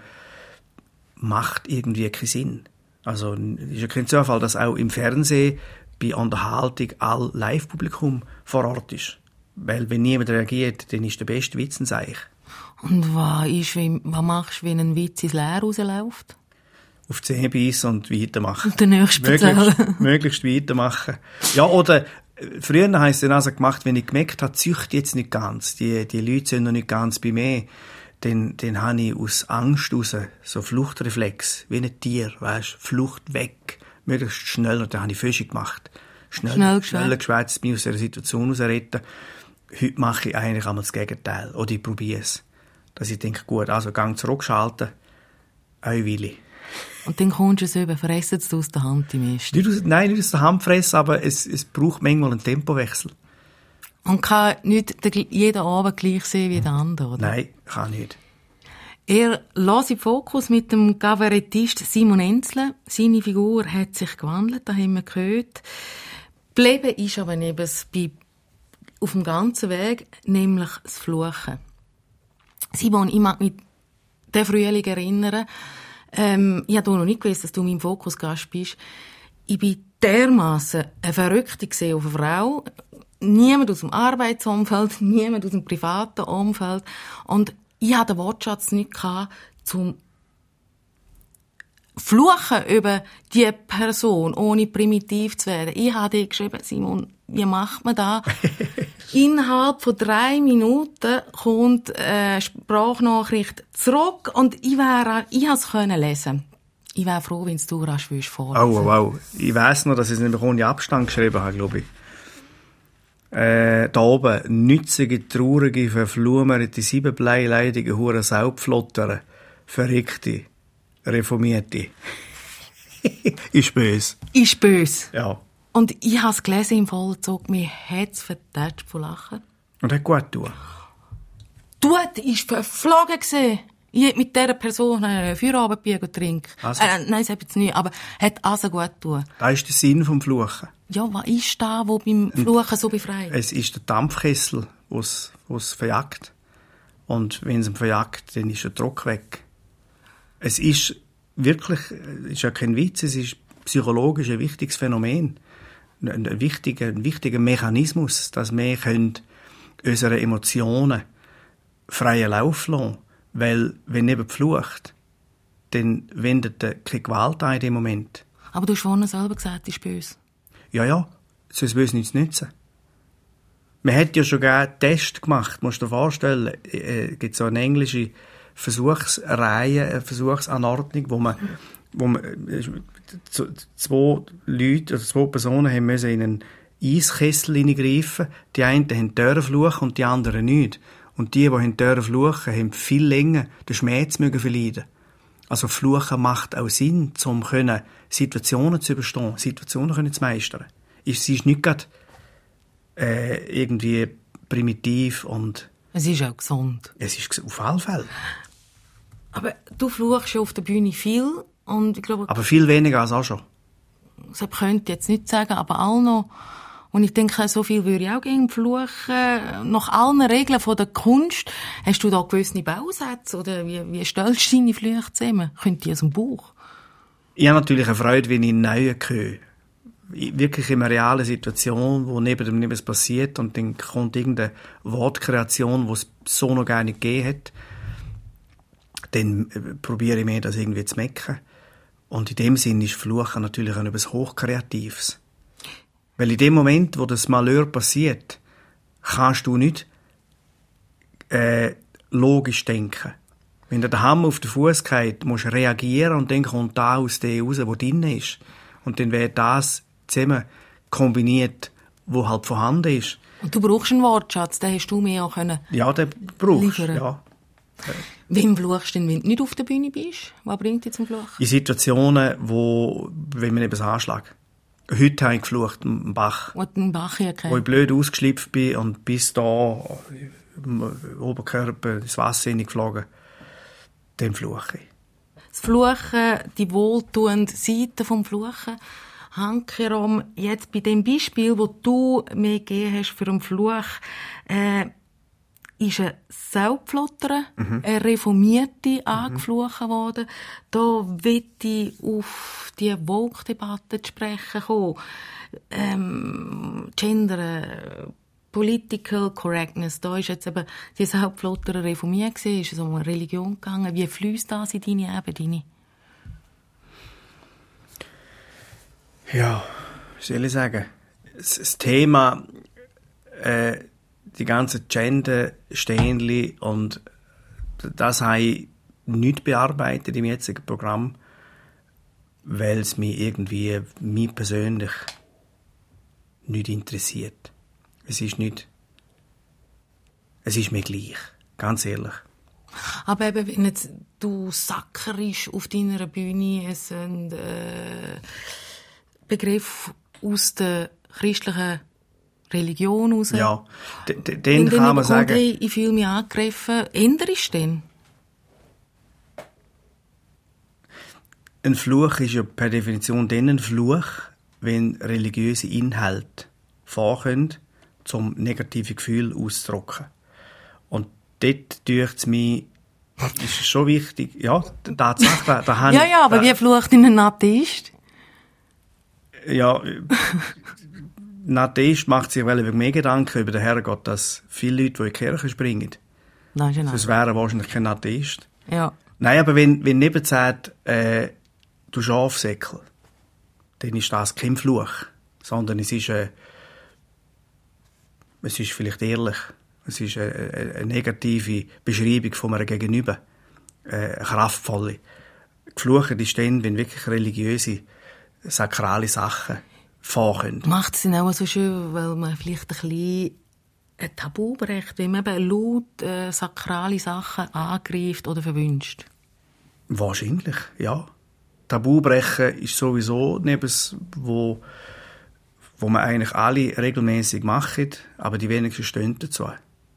macht irgendwie keinen Sinn. Also es ist ja kein Zufall, dass auch im Fernsehen bei Unterhaltung all Live-Publikum vor Ort ist. Weil wenn niemand reagiert, dann ist der beste Witz ein Seich. Und was machst du, wenn ein Witz ins Leer rausläuft? Auf die Zähne beißen und weitermachen. Und den nächsten möglichst weitermachen. Ja, oder früher haben sie dann also gemacht, wenn ich gemerkt habe, züchte jetzt nicht ganz, die Leute sind noch nicht ganz bei mir, dann habe ich aus Angst raus so Fluchtreflex, wie ein Tier, weisst, Flucht weg, möglichst schnell, und dann habe ich Fische gemacht. Schneller geschwätzt, mich aus einer Situation retten. Heute mache ich eigentlich einmal das Gegenteil. Oder ich probiere es. Dass ich denke, gut, also Gang zurückschalten, ein Willi. Und dann kommst du es über, fressen es aus der Hand im Mist. Nein, nicht aus der Hand fressen, aber es braucht manchmal einen Tempowechsel. Und kann nicht jeden Abend gleich sehen wie der andere, oder? Nein, kann nicht. Er lässt im Fokus mit dem Kabarettist Simon Enzle. Seine Figur hat sich gewandelt, das haben wir gehört. Geblieben ist aber eben auf dem ganzen Weg, nämlich das Fluchen. Simon, ich mag mich den Frühling erinnern. Ich habe noch nicht gewusst, dass du mein Fokusgast bist. Ich bin dermassen eine Verrückte gesehen auf eine Frau. Niemand aus dem Arbeitsumfeld, niemand aus dem privaten Umfeld. Und ich hatte den Wortschatz nicht zum Fluchen über die Person, ohne primitiv zu werden. Ich habe dir geschrieben, Simon, wie macht man das? Innerhalb von 3 Minuten kommt eine Sprachnachricht zurück und ich habe es lesen. Ich wäre froh, wenn du rasch vorlesen. Oh. Ich weiss noch, dass ich es nämlich ohne Abstand geschrieben habe, glaube ich. Da oben, nützige, traurige, verflumerte, 7 bleileidige Hure Saubflottere, verrückte, reformierte. Ist böse. Ist böse. Ja. Und ich habe es gelesen im Vollzug, mir hat es vertätscht von Lachen. Und hat gut getan. Du, ist verflogen gewesen. Ich hätte mit dieser Person ein Feierabendbier getrunken. Also. Nein, das habe ich jetzt nicht, aber hat also gut getan. Das ist der Sinn vom Fluchen. Ja, was ist da, wo beim Fluchen so befreit? Es ist der Dampfkessel, was verjagt. Und wenn es ihn verjagt, dann ist der Druck weg. Es ist wirklich, ist ja kein Witz, es ist psychologisch ein wichtiges Phänomen. Ein wichtiger Mechanismus, dass wir unsere Emotionen freien Lauf lassen. Weil, wenn jemand flucht, dann wendet er keine Gewalt an in dem Moment. Aber du hast vorhin selber gesagt, das ist böse. Ja, sonst will es nichts nützen. Man hat ja schon gerne einen Test gemacht, musst du dir vorstellen. Es gibt so eine englische Versuchsreihe, eine Versuchsanordnung, wo man zwei Personen haben müssen in einen Eiskessel hineingreifen. Die einen haben Türen fluchen und die anderen nicht. Und die Türen fluchen, haben viel länger den Schmerz verleiden. Also Fluchen macht auch Sinn, um Situationen zu überstehen, Situationen zu meistern. Sie ist nicht gerade irgendwie primitiv und... Es ist auch gesund. Es ist auf alle Fälle. Aber du fluchst ja auf der Bühne viel und ich glaube... Aber viel weniger als auch schon. Das könnte ich jetzt nicht sagen, aber auch noch... Und ich denke, so viel würde ich auch gerne fluchen. Nach allen Regeln von der Kunst, hast du da gewisse Bausätze? Oder wie stellst du deine Flüche zusammen? Könnt ihr aus dem Bauch? Ich habe natürlich eine Freude, wenn ich einen neuen höre. Wirklich in einer realen Situation, wo neben dem etwas passiert und dann kommt irgendeine Wortkreation, die es so noch gar nicht gegeben hat. Dann probiere ich mir das irgendwie zu mecken. Und in dem Sinn ist Fluchen natürlich auch etwas Hochkreatives. Weil in dem Moment, wo das Malheur passiert, kannst du nicht logisch denken. Wenn dir der Hammer auf den Fuß geht, musst du reagieren und dann kommt da aus dem raus, wo drin ist. Und dann wird das zusammen kombiniert wo halt vorhanden ist. Und du brauchst einen Wortschatz, den hast du mir auch können. Ja, den brauchst liefern. Ja. Wem fluchst du denn, wenn du nicht auf der Bühne bist? Was bringt dich zum Fluch? In Situationen, wenn man eben das Anschlag. Heute habe ich geflucht, im Bach. Wo du den Bach herkennst. Wo ich blöd ausgeschlüpft bin und bis da im Oberkörper ins Wasser hineingeflogen. Dann fluche ich. Das Fluchen, die wohltuende Seite vom Fluchen. Hankerum, jetzt bei dem Beispiel, das du mir gegeben hast für den Fluch, ist ein Selbstflotter, eine Reformierte angeflucht worden. Da will ich auf die Woke-Debatte zu sprechen kommen. Gender, Political Correctness, da ist jetzt eben die Selbstflotter reformiert gewesen, ist es um eine Religion gegangen. Wie fließt das in deine Ebene? Ja, was soll ich sagen? Das Thema, die ganzen Gender-Stänli und das habe ich nicht bearbeitet im jetzigen Programm, weil es mich persönlich nicht interessiert. Es ist mir gleich, ganz ehrlich. Aber eben, wenn jetzt du sackerst auf deiner Bühne, es sind Begriff aus der christlichen Religion raus. Ja, dann kann man sagen... Ich fühle mich angegriffen. Änderst du denn? Ein Fluch ist ja per Definition dann ein Fluch, wenn religiöse Inhalte vorkommen, um negative Gefühle auszudrücken. Und dort dünkt es mir, ist es schon wichtig, ja, Tatsache, da habe ja, aber wie flucht ein Atheist? Ja, ein Atheist macht sich mehr Gedanken über den Herrgott, dass viele Leute, die in die Kirche springen. Nein, das wäre wahrscheinlich kein Atheist. Ja. Nein, aber wenn neben sagt, du Schafsäckel, dann ist das kein Fluch, sondern es ist vielleicht ehrlich. Es ist eine negative Beschreibung von einem Gegenüber. Eine kraftvolle. Geflucht ist dann, wenn wirklich religiöse, sakrale Sachen vorkommen. Macht es dann auch so schön, weil man vielleicht ein bisschen ein Tabu bricht, wenn man eben laut sakrale Sachen angreift oder verwünscht? Wahrscheinlich, ja. Tabu brechen ist sowieso etwas, wo man eigentlich alle regelmäßig macht, aber die wenigsten stehen dazu.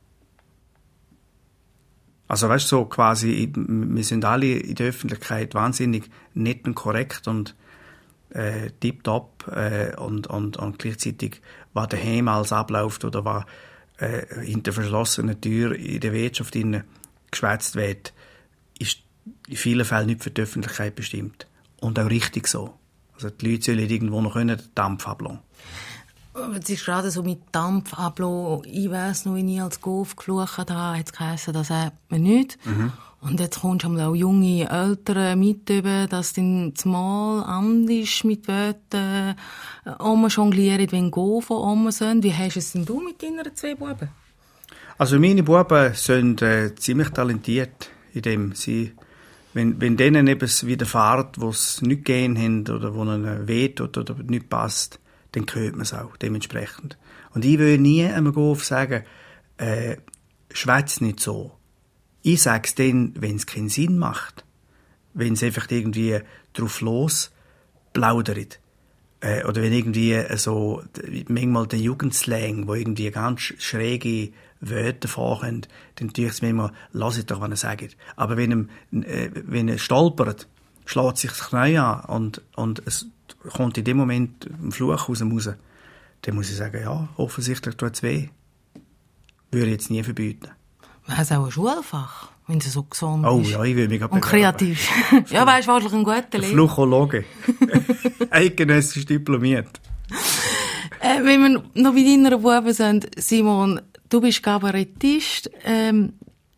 Also weißt du, so quasi, wir sind alle in der Öffentlichkeit wahnsinnig nett und korrekt und tipptopp und gleichzeitig, was daheim alles abläuft oder was hinter verschlossenen Türen in der Wirtschaft geschwätzt wird, ist in vielen Fällen nicht für die Öffentlichkeit bestimmt. Und auch richtig so. Also die Leute sollen irgendwo noch den Dampf ablassen. Es ist gerade so mit Dampf ablassen. Ich weiss noch, wie ich als Golf geflucht habe, hat es geheißen, das sagt man nicht. Und jetzt kommst du auch junge Eltern mit über, dass dann zumal anders mit Wörtern jonglieren, wenn Golf oben sind. Wie hast es denn du mit deinen 2 Buben? Also meine Buben sind ziemlich talentiert, in dem sie, wenn denen etwas widerfährt, wo es nicht gehen haben oder wo ihnen wehtut oder nicht passt, dann hört man es auch dementsprechend. Und ich will nie einem Golf sagen, schwätz nicht so. Ich sage es dann, wenn es keinen Sinn macht. Wenn es einfach irgendwie drauf los plaudert. Oder wenn irgendwie so, manchmal der Jugendslang, wo irgendwie ganz schräge Wörter vorkommen, dann tue ich es mir immer, lass es doch, was er sagt. Aber wenn er stolpert, schlägt sich das Knie an und es kommt in dem Moment ein Fluch aus dem raus, dann muss ich sagen, ja, offensichtlich tut es weh. Würde ich jetzt nie verbieten. Wäre es auch ein Schulfach, wenn sie so gesund ist? Oh ja, ich will mich und kreativ. Ja, weißt du, wahrscheinlich ein guter Lehrer. Fluchologe. Eidgenössisch diplomiert. Wenn wir noch bei deiner Buben sind, Simon, du bist Kabarettist. Könnt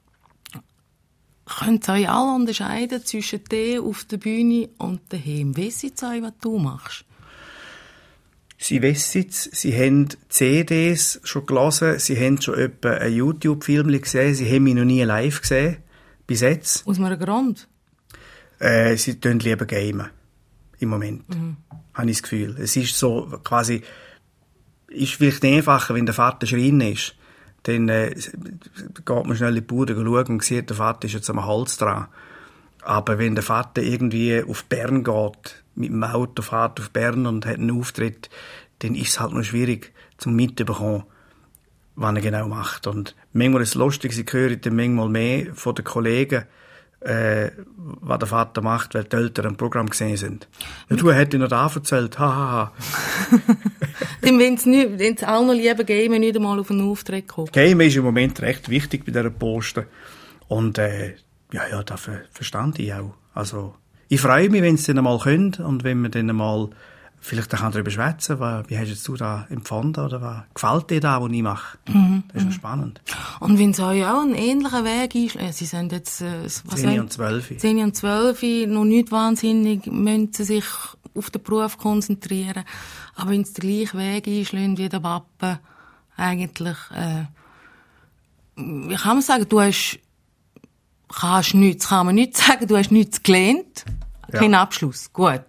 ihr euch alle unterscheiden zwischen dir auf der Bühne und daheim? Wisst ihr, was du machst? Sie wissen es, sie haben CDs schon gelesen, sie haben schon etwa einen YouTube-Film gesehen, sie haben mich noch nie live gesehen, bis jetzt. Aus welchem Grund? Sie tun lieber gamen, im Moment, habe ich das Gefühl. Es ist so quasi, ist vielleicht einfacher, wenn der Vater Schreiner ist. Dann geht man schnell in die Bude schauen und sieht, der Vater ist jetzt am Holz dran. Aber wenn der Vater irgendwie auf Bern geht, mit dem Auto fährt auf Bern und hat einen Auftritt, dann ist es halt noch schwierig, zum mitzubekommen, was er genau macht. Und manchmal ist es lustig, sie hören dann manchmal mehr von den Kollegen, was der Vater macht, weil die Eltern im Programm gesehen sind. Ja, du hättest noch da erzählt, hahaha. Dann wenn es auch noch lieber gehen, nicht einmal auf einen Auftritt kommen. Game ist im Moment recht wichtig bei dieser Posten. Und ja, das verstand ich auch. Also, ich freue mich, wenn es dann einmal könnt und wenn wir dann einmal vielleicht auch darüber schwätzen, wie hast du da empfunden oder was gefällt dir da, was ich mache? Das ist noch spannend. Und wenn es euch auch einen ähnlichen Weg einschlägt, Sie sind jetzt 10 und 12. 10 und 12, noch nicht wahnsinnig, müssen Sie sich auf den Beruf konzentrieren. Aber wenn es den gleichen Weg einschlägt wie der Papa, eigentlich, wie kann man sagen, kann man nicht sagen, du hast nichts gelernt, kein Abschluss, gut.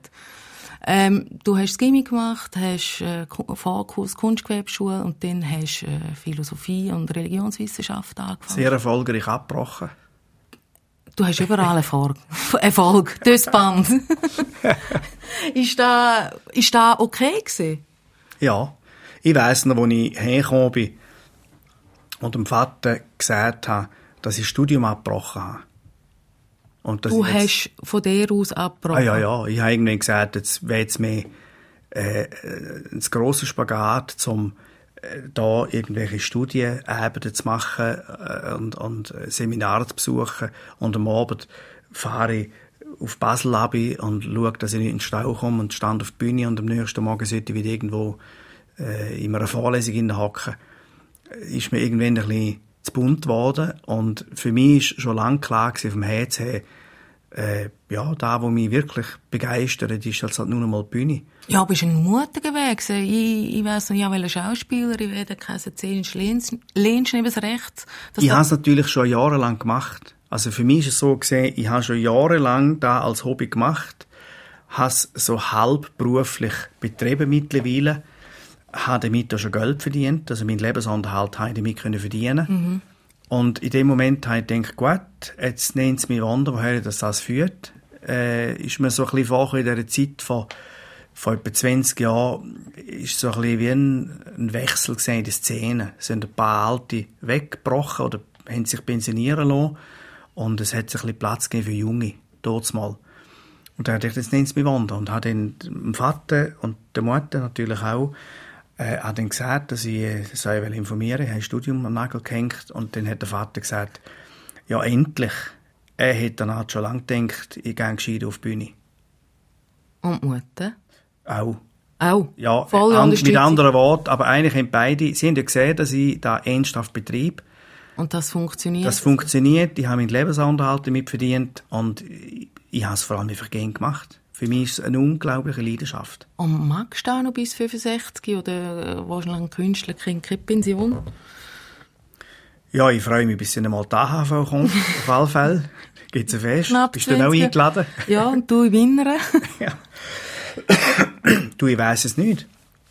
Du hast das Gimmi gemacht, hast Vorkurs Kunstgewerbeschule und dann hast Philosophie und Religionswissenschaft angefangen. Sehr erfolgreich abgebrochen. Du hast überall Erfolg, das Band. Ist da okay gewesen? Ja. Ich weiss noch, als ich hergekommen bin und dem Vater gesagt habe, dass ich das Studium abgebrochen habe. Und du hast von der aus abgebrochen? Ja. Ich habe irgendwann gesagt, jetzt wäre jetzt mehr ein grosser Spagat, um da irgendwelche Studienabende zu machen und Seminare zu besuchen. Und am Abend fahre ich auf Basel runter und schaue, dass ich nicht in den Stau komme und stand auf die Bühne und am nächsten Morgen sollte ich wieder irgendwo in einer Vorlesung hocken. Ist mir irgendwann ein bisschen zu bunt geworden. Und für mich war schon lange klar gewesen, vom Herz her, da, was mich wirklich begeistert, ist halt nur noch mal die Bühne. Ja, aber es war ein mutiger Weg. Ich weiss noch, ich wollte Schauspielerin werden, keine lehnst neben das Rechts. Ich habe es natürlich schon jahrelang gemacht. Also für mich ist es so gesehen, ich habe schon jahrelang da als Hobby gemacht, habe es so halb beruflich betrieben mittlerweile, habe damit auch schon Geld verdient, also meinen Lebensunterhalt habe ich damit verdienen. Mhm. Und in dem Moment habe ich gedacht, gut, jetzt nimmt es mich Wunder, woher das führt. Ist mir so ein bisschen vorher in dieser Zeit von etwa 20 Jahren, ist so ein bisschen wie ein Wechsel gesehen in der Szene. Es sind ein paar Alte weggebrochen oder haben sich pensionieren lassen. Und es hat sich ein bisschen Platz gegeben für Junge, dort mal. Und dann dachte ich, jetzt nimmt es mich Wunder. Und habe dann dem Vater und der Mutter natürlich auch hat dann gesagt, dass ich soll informieren. Ich habe ein Studium am Nagel gehängt. Und dann hat der Vater gesagt, ja, endlich. Er hat dann schon lange gedacht, ich gehe gescheit auf die Bühne. Und die Mutter? Auch. Auch? Ja, mit anderen Worten. Aber eigentlich haben beide, sie haben ja gesehen, dass ich da ernsthaft betreibe. Und das funktioniert? Das funktioniert. Ich habe meinen Lebensunterhalt damit verdient. Und ich habe es vor allem einfach gern gemacht. Für mich ist es eine unglaubliche Leidenschaft. Und magst du auch noch bis 65 oder willst du noch ein Künstler, keine Pension? Ja, ich freue mich, bis dann mal die AHV kommt. Auf alle Fälle. Gibt es ein Fest? Knapp Bist du noch eingeladen? Ja, und du Winner. Ja. Du, ich weiss es nicht.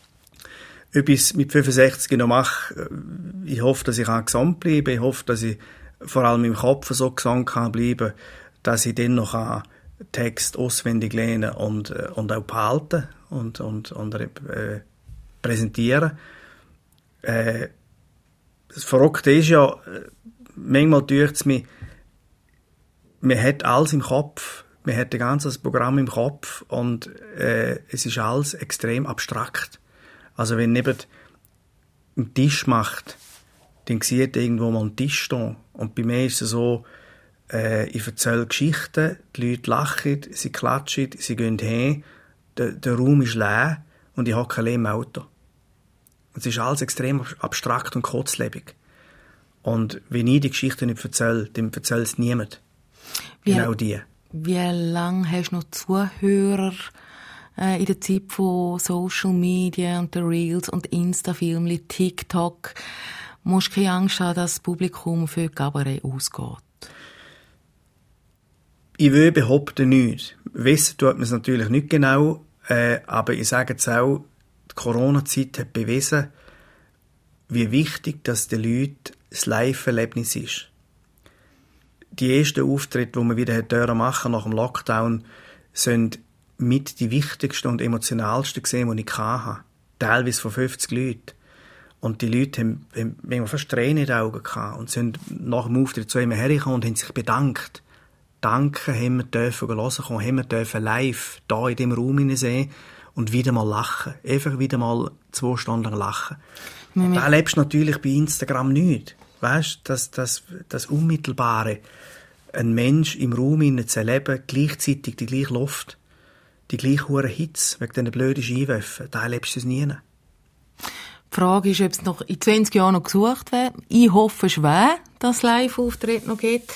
Ob ich es mit 65 noch mache, ich hoffe, dass ich gesund bleiben kann. Ich hoffe, dass ich vor allem im Kopf so gesund bleiben kann, dass ich dann noch Text auswendig lernen und auch behalten und präsentieren. Das Verrückte ist ja, manchmal tut es mir, man hat alles im Kopf, man hat ein ganzes Programm im Kopf und es ist alles extrem abstrakt. Also wenn neben einen Tisch macht, dann sieht irgendwo mal einen Tisch stehen. Und bei mir ist es so, ich erzähle Geschichten, die Leute lachen, sie klatschen, sie gehen hin, der Raum ist leer und ich hocke allein im Auto. Es ist alles extrem abstrakt und kurzlebig. Und wenn ich die Geschichte nicht erzähle, dann erzählt es niemand. Genau die. Wie lange hast du noch Zuhörer in der Zeit von Social Media und den Reels und Insta-Filmli, TikTok? Musst du keine Angst haben, dass das Publikum für Cabaret ausgeht? Ich will behaupten nicht. Wissen tut man es natürlich nicht genau, aber ich sage jetzt auch, die Corona-Zeit hat bewiesen, wie wichtig das den Leuten das Live-Erlebnis ist. Die ersten Auftritte, die wir wieder machen nach dem Lockdown, sind mit die wichtigsten und emotionalsten gesehen, die ich hatte. Teilweise von 50 Leuten. Und die Leute haben fast Tränen in den Augen gehabt und sind nach dem Auftritt zu ihm hergekommen und haben sich bedankt. Danke, haben wir dürfen hören kommen, haben wir dürfen live da in diesem Raum hineinsehen und wieder mal lachen. Einfach wieder mal 2 Stunden lang lachen. Und das erlebst du natürlich bei Instagram nicht. Weißt du, das Unmittelbare, ein Mensch im Raum zu erleben, gleichzeitig die gleiche Luft, die gleiche hohe Hitze, wegen diesen blöden Skiwürfen, da erlebst du es nie. Die Frage ist, ob es noch in 20 Jahren noch gesucht wird. Ich hoffe schwer, dass es Live-Auftritte noch gibt.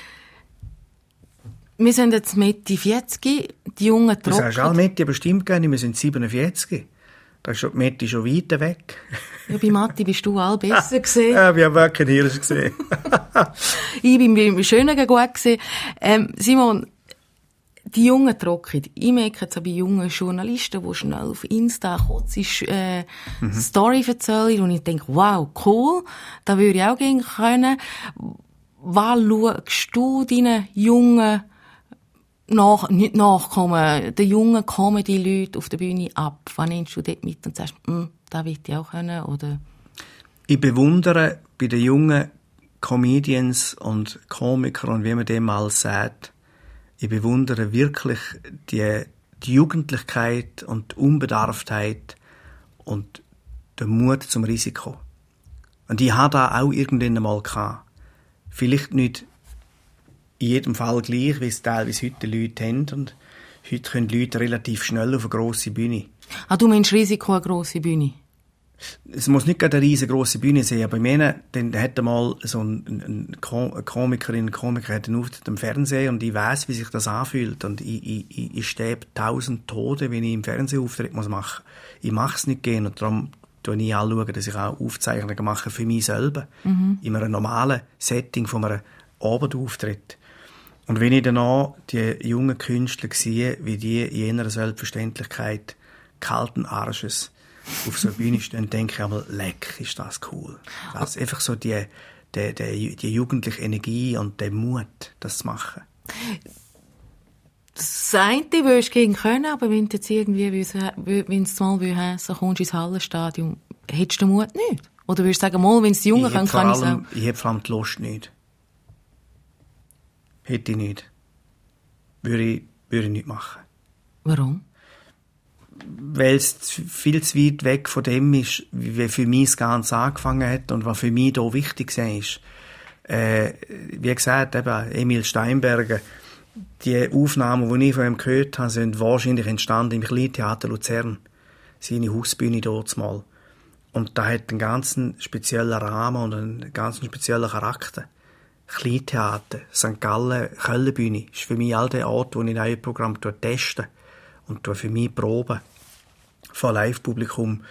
Wir sind jetzt Mitte 40, die Jungen trocken. Du sagst auch Mitte, aber stimmt gar nicht, wir sind 47. Da ist die Mitte schon weit weg. Ja, bei Matti bist du all besser gesehen. Ja, wir haben wirklich Hirsch gesehen. Ich bin beim Schönen gut gesehen. Simon, die Jungen trocken. Ich merke jetzt auch bei jungen Journalisten, die schnell auf Insta kurz Story erzählen und ich denke, wow, cool, da würde ich auch gerne können. Was schaust du deinen jungen nicht nachkommen, den jungen Comedy-Leuten auf der Bühne ab? Was nimmst du dort mit und sagst, das will ich auch können, oder? Ich bewundere bei den jungen Comedians und Komikern und wie man dem mal sagt, ich bewundere wirklich die Jugendlichkeit und die Unbedarftheit und den Mut zum Risiko. Und ich hatte das auch irgendwann einmal gehabt. Vielleicht nicht in jedem Fall gleich, wie es teilweise heute die Leute haben. Und heute können die Leute relativ schnell auf eine grosse Bühne. Ah, du meinst Risiko, eine grosse Bühne? Es muss nicht gerade eine riesengroße Bühne sein, aber ich meine, dann hat mal so ein Komikerin, ein Komiker hat einen Auftritt im Fernsehen und ich weiss, wie sich das anfühlt und ich sterbe 1000 Tode, wenn ich im Fernsehen Auftritt machen muss. Ich mache es nicht gerne und darum schaue ich anschauen, dass ich auch Aufzeichnungen mache für mich selber. In einem normalen Setting von einem Abendauftritt. Und wenn ich dann auch die jungen Künstler sehe, wie die in jener Selbstverständlichkeit kalten Arsches auf so einer Bühne stehen, denke ich einmal, leck, ist das cool. Das ist einfach so die jugendliche Energie und der Mut, das zu machen. Das eine würdest du gegen können, aber wenn du jetzt irgendwie, wenn es mal heissen, kommst ins Hallenstadion, hättest du den Mut nicht? Oder würdest du sagen, mal, wenn es die Jungen können, kann ich es auch? Ich habe vor allem die Lust nicht. Hätte ich nicht. Würde ich nicht machen. Warum? Weil es viel zu weit weg von dem ist, wie für mich das Ganze angefangen hat und was für mich hier wichtig ist. Wie gesagt, eben Emil Steinberger, die Aufnahmen, die ich von ihm gehört habe, sind wahrscheinlich entstanden im Kleintheater Luzern. Seine Hausbühne dort mal. Und da hat einen ganz speziellen Rahmen und einen ganz speziellen Charakter. Kleintheater, St. Gallen, Kölnbühne ist für mich all der Ort, wo ich neue Programme teste und für mich proben von Live-Publikum.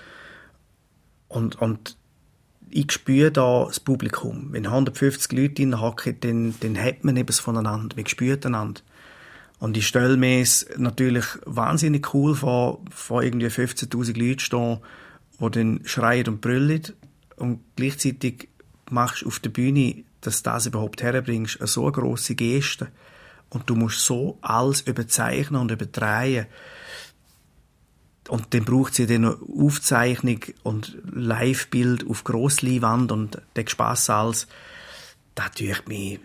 Und ich spüre da das Publikum. Wenn 150 Leute reinhocken, dann hat man etwas voneinander, man spürt einander. Und ich stelle mir es natürlich wahnsinnig cool vor irgendwie 15'000 Leuten stehen, die dann schreien und brüllen und gleichzeitig machst du auf der Bühne, dass du das überhaupt herbringst, eine so grosse Geste. Und du musst so alles überzeichnen und überdrehen. Und dann braucht es ja dann noch Aufzeichnung und Live-Bild auf Grossleinwand und der Spass alles. Das tue mich,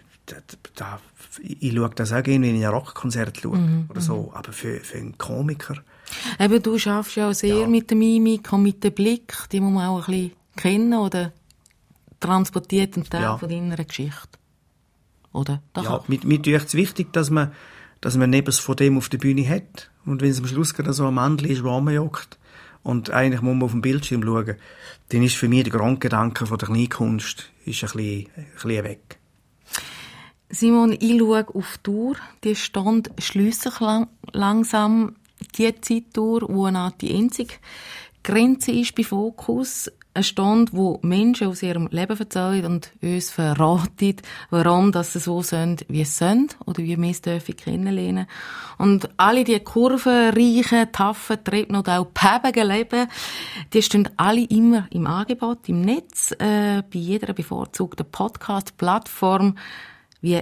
ich schaue das auch gerne, wenn ich ein Rockkonzert schaue oder so. Aber für einen Komiker. Eben, du schaffst ja auch sehr mit der Mimik und mit dem Blick. Die muss man auch ein bisschen kennen oder transportiert einen Teil von deiner Geschichte. Oder? Mir ist es wichtig, dass man etwas von dem auf der Bühne hat. Und wenn es am Schluss gerade so ein Mandel ist, der rumjockt und eigentlich muss man auf den Bildschirm schauen, dann ist für mich der Grundgedanke von der Kleinkunst ist ein bisschen weg. Simon, ich schaue auf die Uhr. Die Stunde schliesst sich langsam die Zeit durch, wo die einzige Grenze ist bei Fokus. eine Stunde, wo Menschen aus ihrem Leben erzählen und uns verraten, warum dass sie so sind, wie sie sind, oder wie wir es dürfen kennenlernen. Und alle die kurvenreichen, taffen, Treppen oder auch päbigen Leben, die stehen alle immer im Angebot, im Netz, bei jeder bevorzugten Podcast-Plattform, wie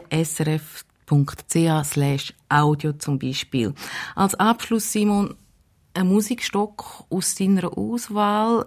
srf.ch/audio zum Beispiel. Als Abschluss, Simon, ein Musikstück aus deiner Auswahl.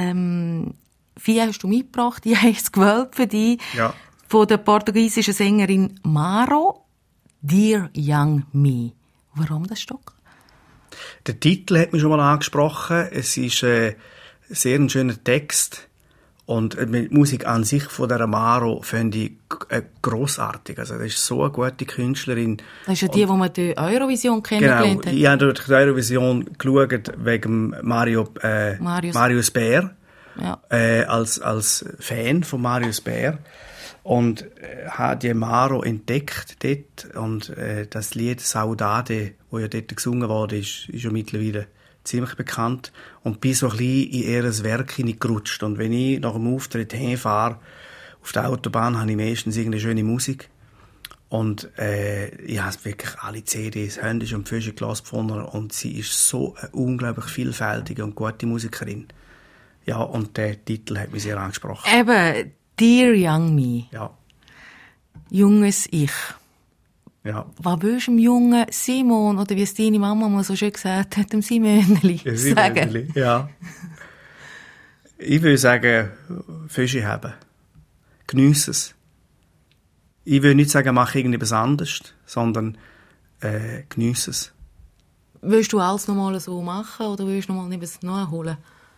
Vier hast du mitgebracht, die hast du gewählt für dich. Ja. Von der portugiesischen Sängerin Maro, Dear Young Me. Warum das Stück? Der Titel hat mich schon mal angesprochen. Es ist ein sehr schöner Text. Und die Musik an sich von der Maro finde ich grossartig. Also, das ist so eine gute Künstlerin. Das ist ja die man durch Eurovision kennengelernt hat. Genau, ich habe durch die Eurovision geschaut wegen Marius Bär. Ja. Als Fan von Marius Bär. Und habe die Maro entdeckt dort. Und das Lied Saudade, das ja dort gesungen wurde, ist ja mittlerweile ziemlich bekannt, und bin so ein bisschen in ihr Werk hineingerutscht. Und wenn ich nach dem Auftritt hinfahre, auf der Autobahn, habe ich meistens irgendeine schöne Musik. Und ich habe wirklich alle CDs händisch und Fische gelassen gefunden, und sie ist so eine unglaublich vielfältige und gute Musikerin. Ja, und der Titel hat mich sehr angesprochen. Eben, Dear Young Me. Ja. Junges Ich. Ja. Was willst du dem jungen Simon, oder wie es deine Mama mal so schön gesagt hat, dem Simonli sagen? Ja. Ich würde sagen, Fische haben. Geniess es. Ich will nicht sagen, mach irgendetwas anderes, sondern geniess es. Willst du alles noch mal so machen, oder willst du noch mal etwas nachholen?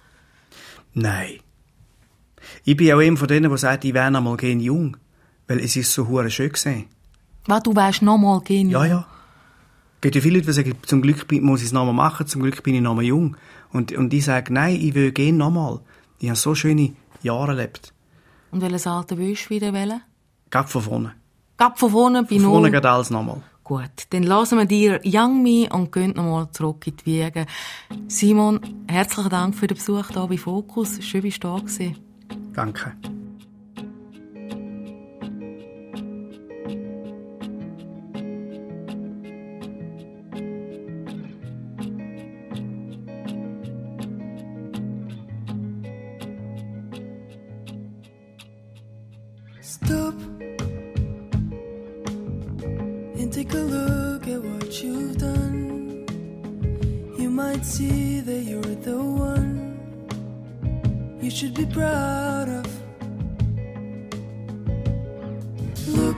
Nein. Ich bin auch einer von denen, der sagt, ich wäre noch mal gern jung. Weil es ist so hure schön gewesen. Was, du wärst noch mal gehen? Ja, ja. Es gibt ja viele Leute, die sagen, zum Glück muss ich es noch mal machen, zum Glück bin ich noch mal jung. Und ich sage, nein, ich will gehen noch mal. Ich habe so schöne Jahre erlebt. Und welches Alter willst du wieder wählen? Gab von vorne. Gab von vorne bei Von null? vorne geht alles noch mal. Gut, dann lassen wir dir Young Me und gehen noch mal zurück in die Wiege. Simon, herzlichen Dank für den Besuch hier bei Fokus. Schön, bist du da gewesen. Danke. Stop and take a look at what you've done. You might see that you're the one you should be proud of. Look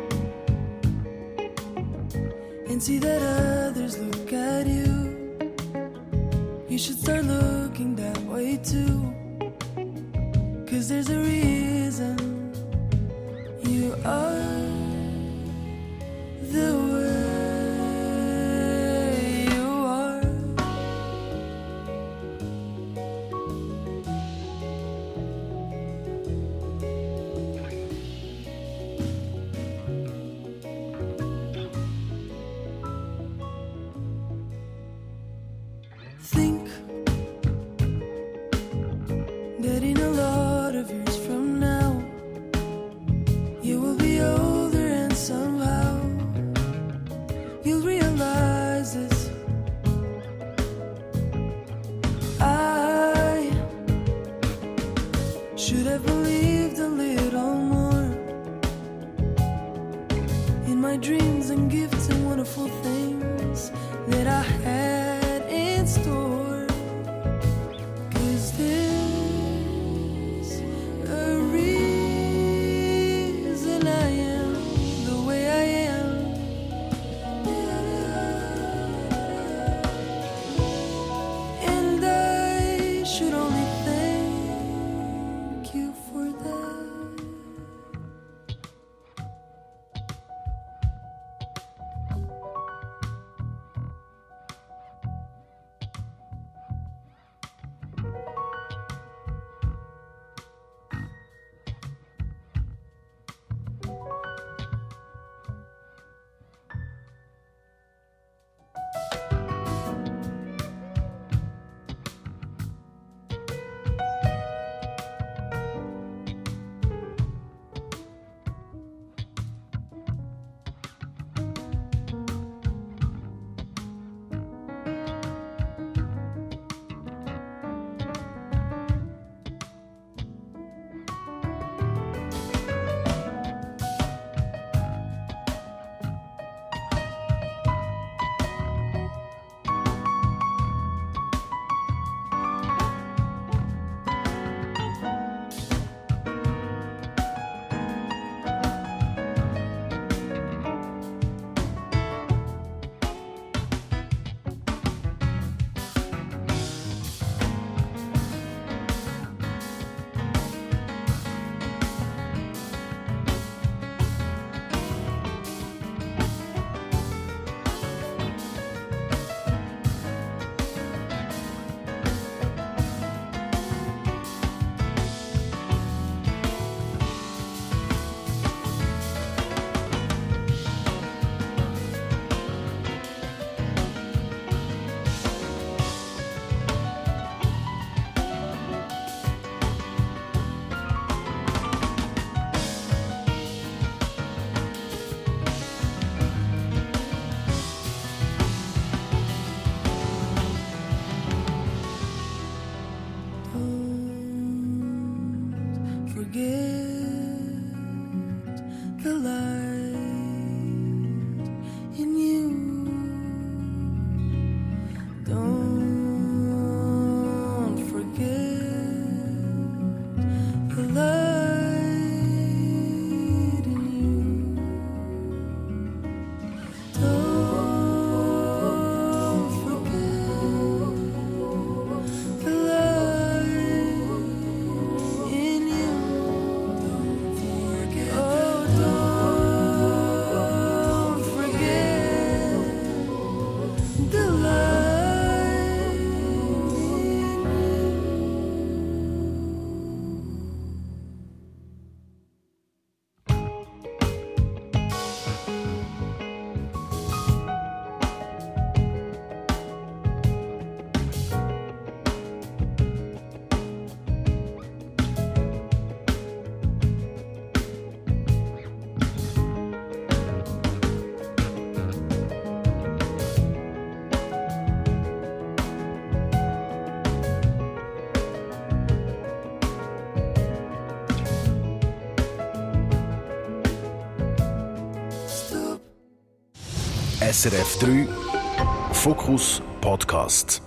and see that others look at you. You should start looking that way too. 'Cause there's a reason you are the way you are. Think that in a lot of years from now you will be older and somehow you'll realize this. I should have believed a little more in my dreams and gifts and wonderful things that I had in store. 'Cause this SRF 3 Fokus Podcast.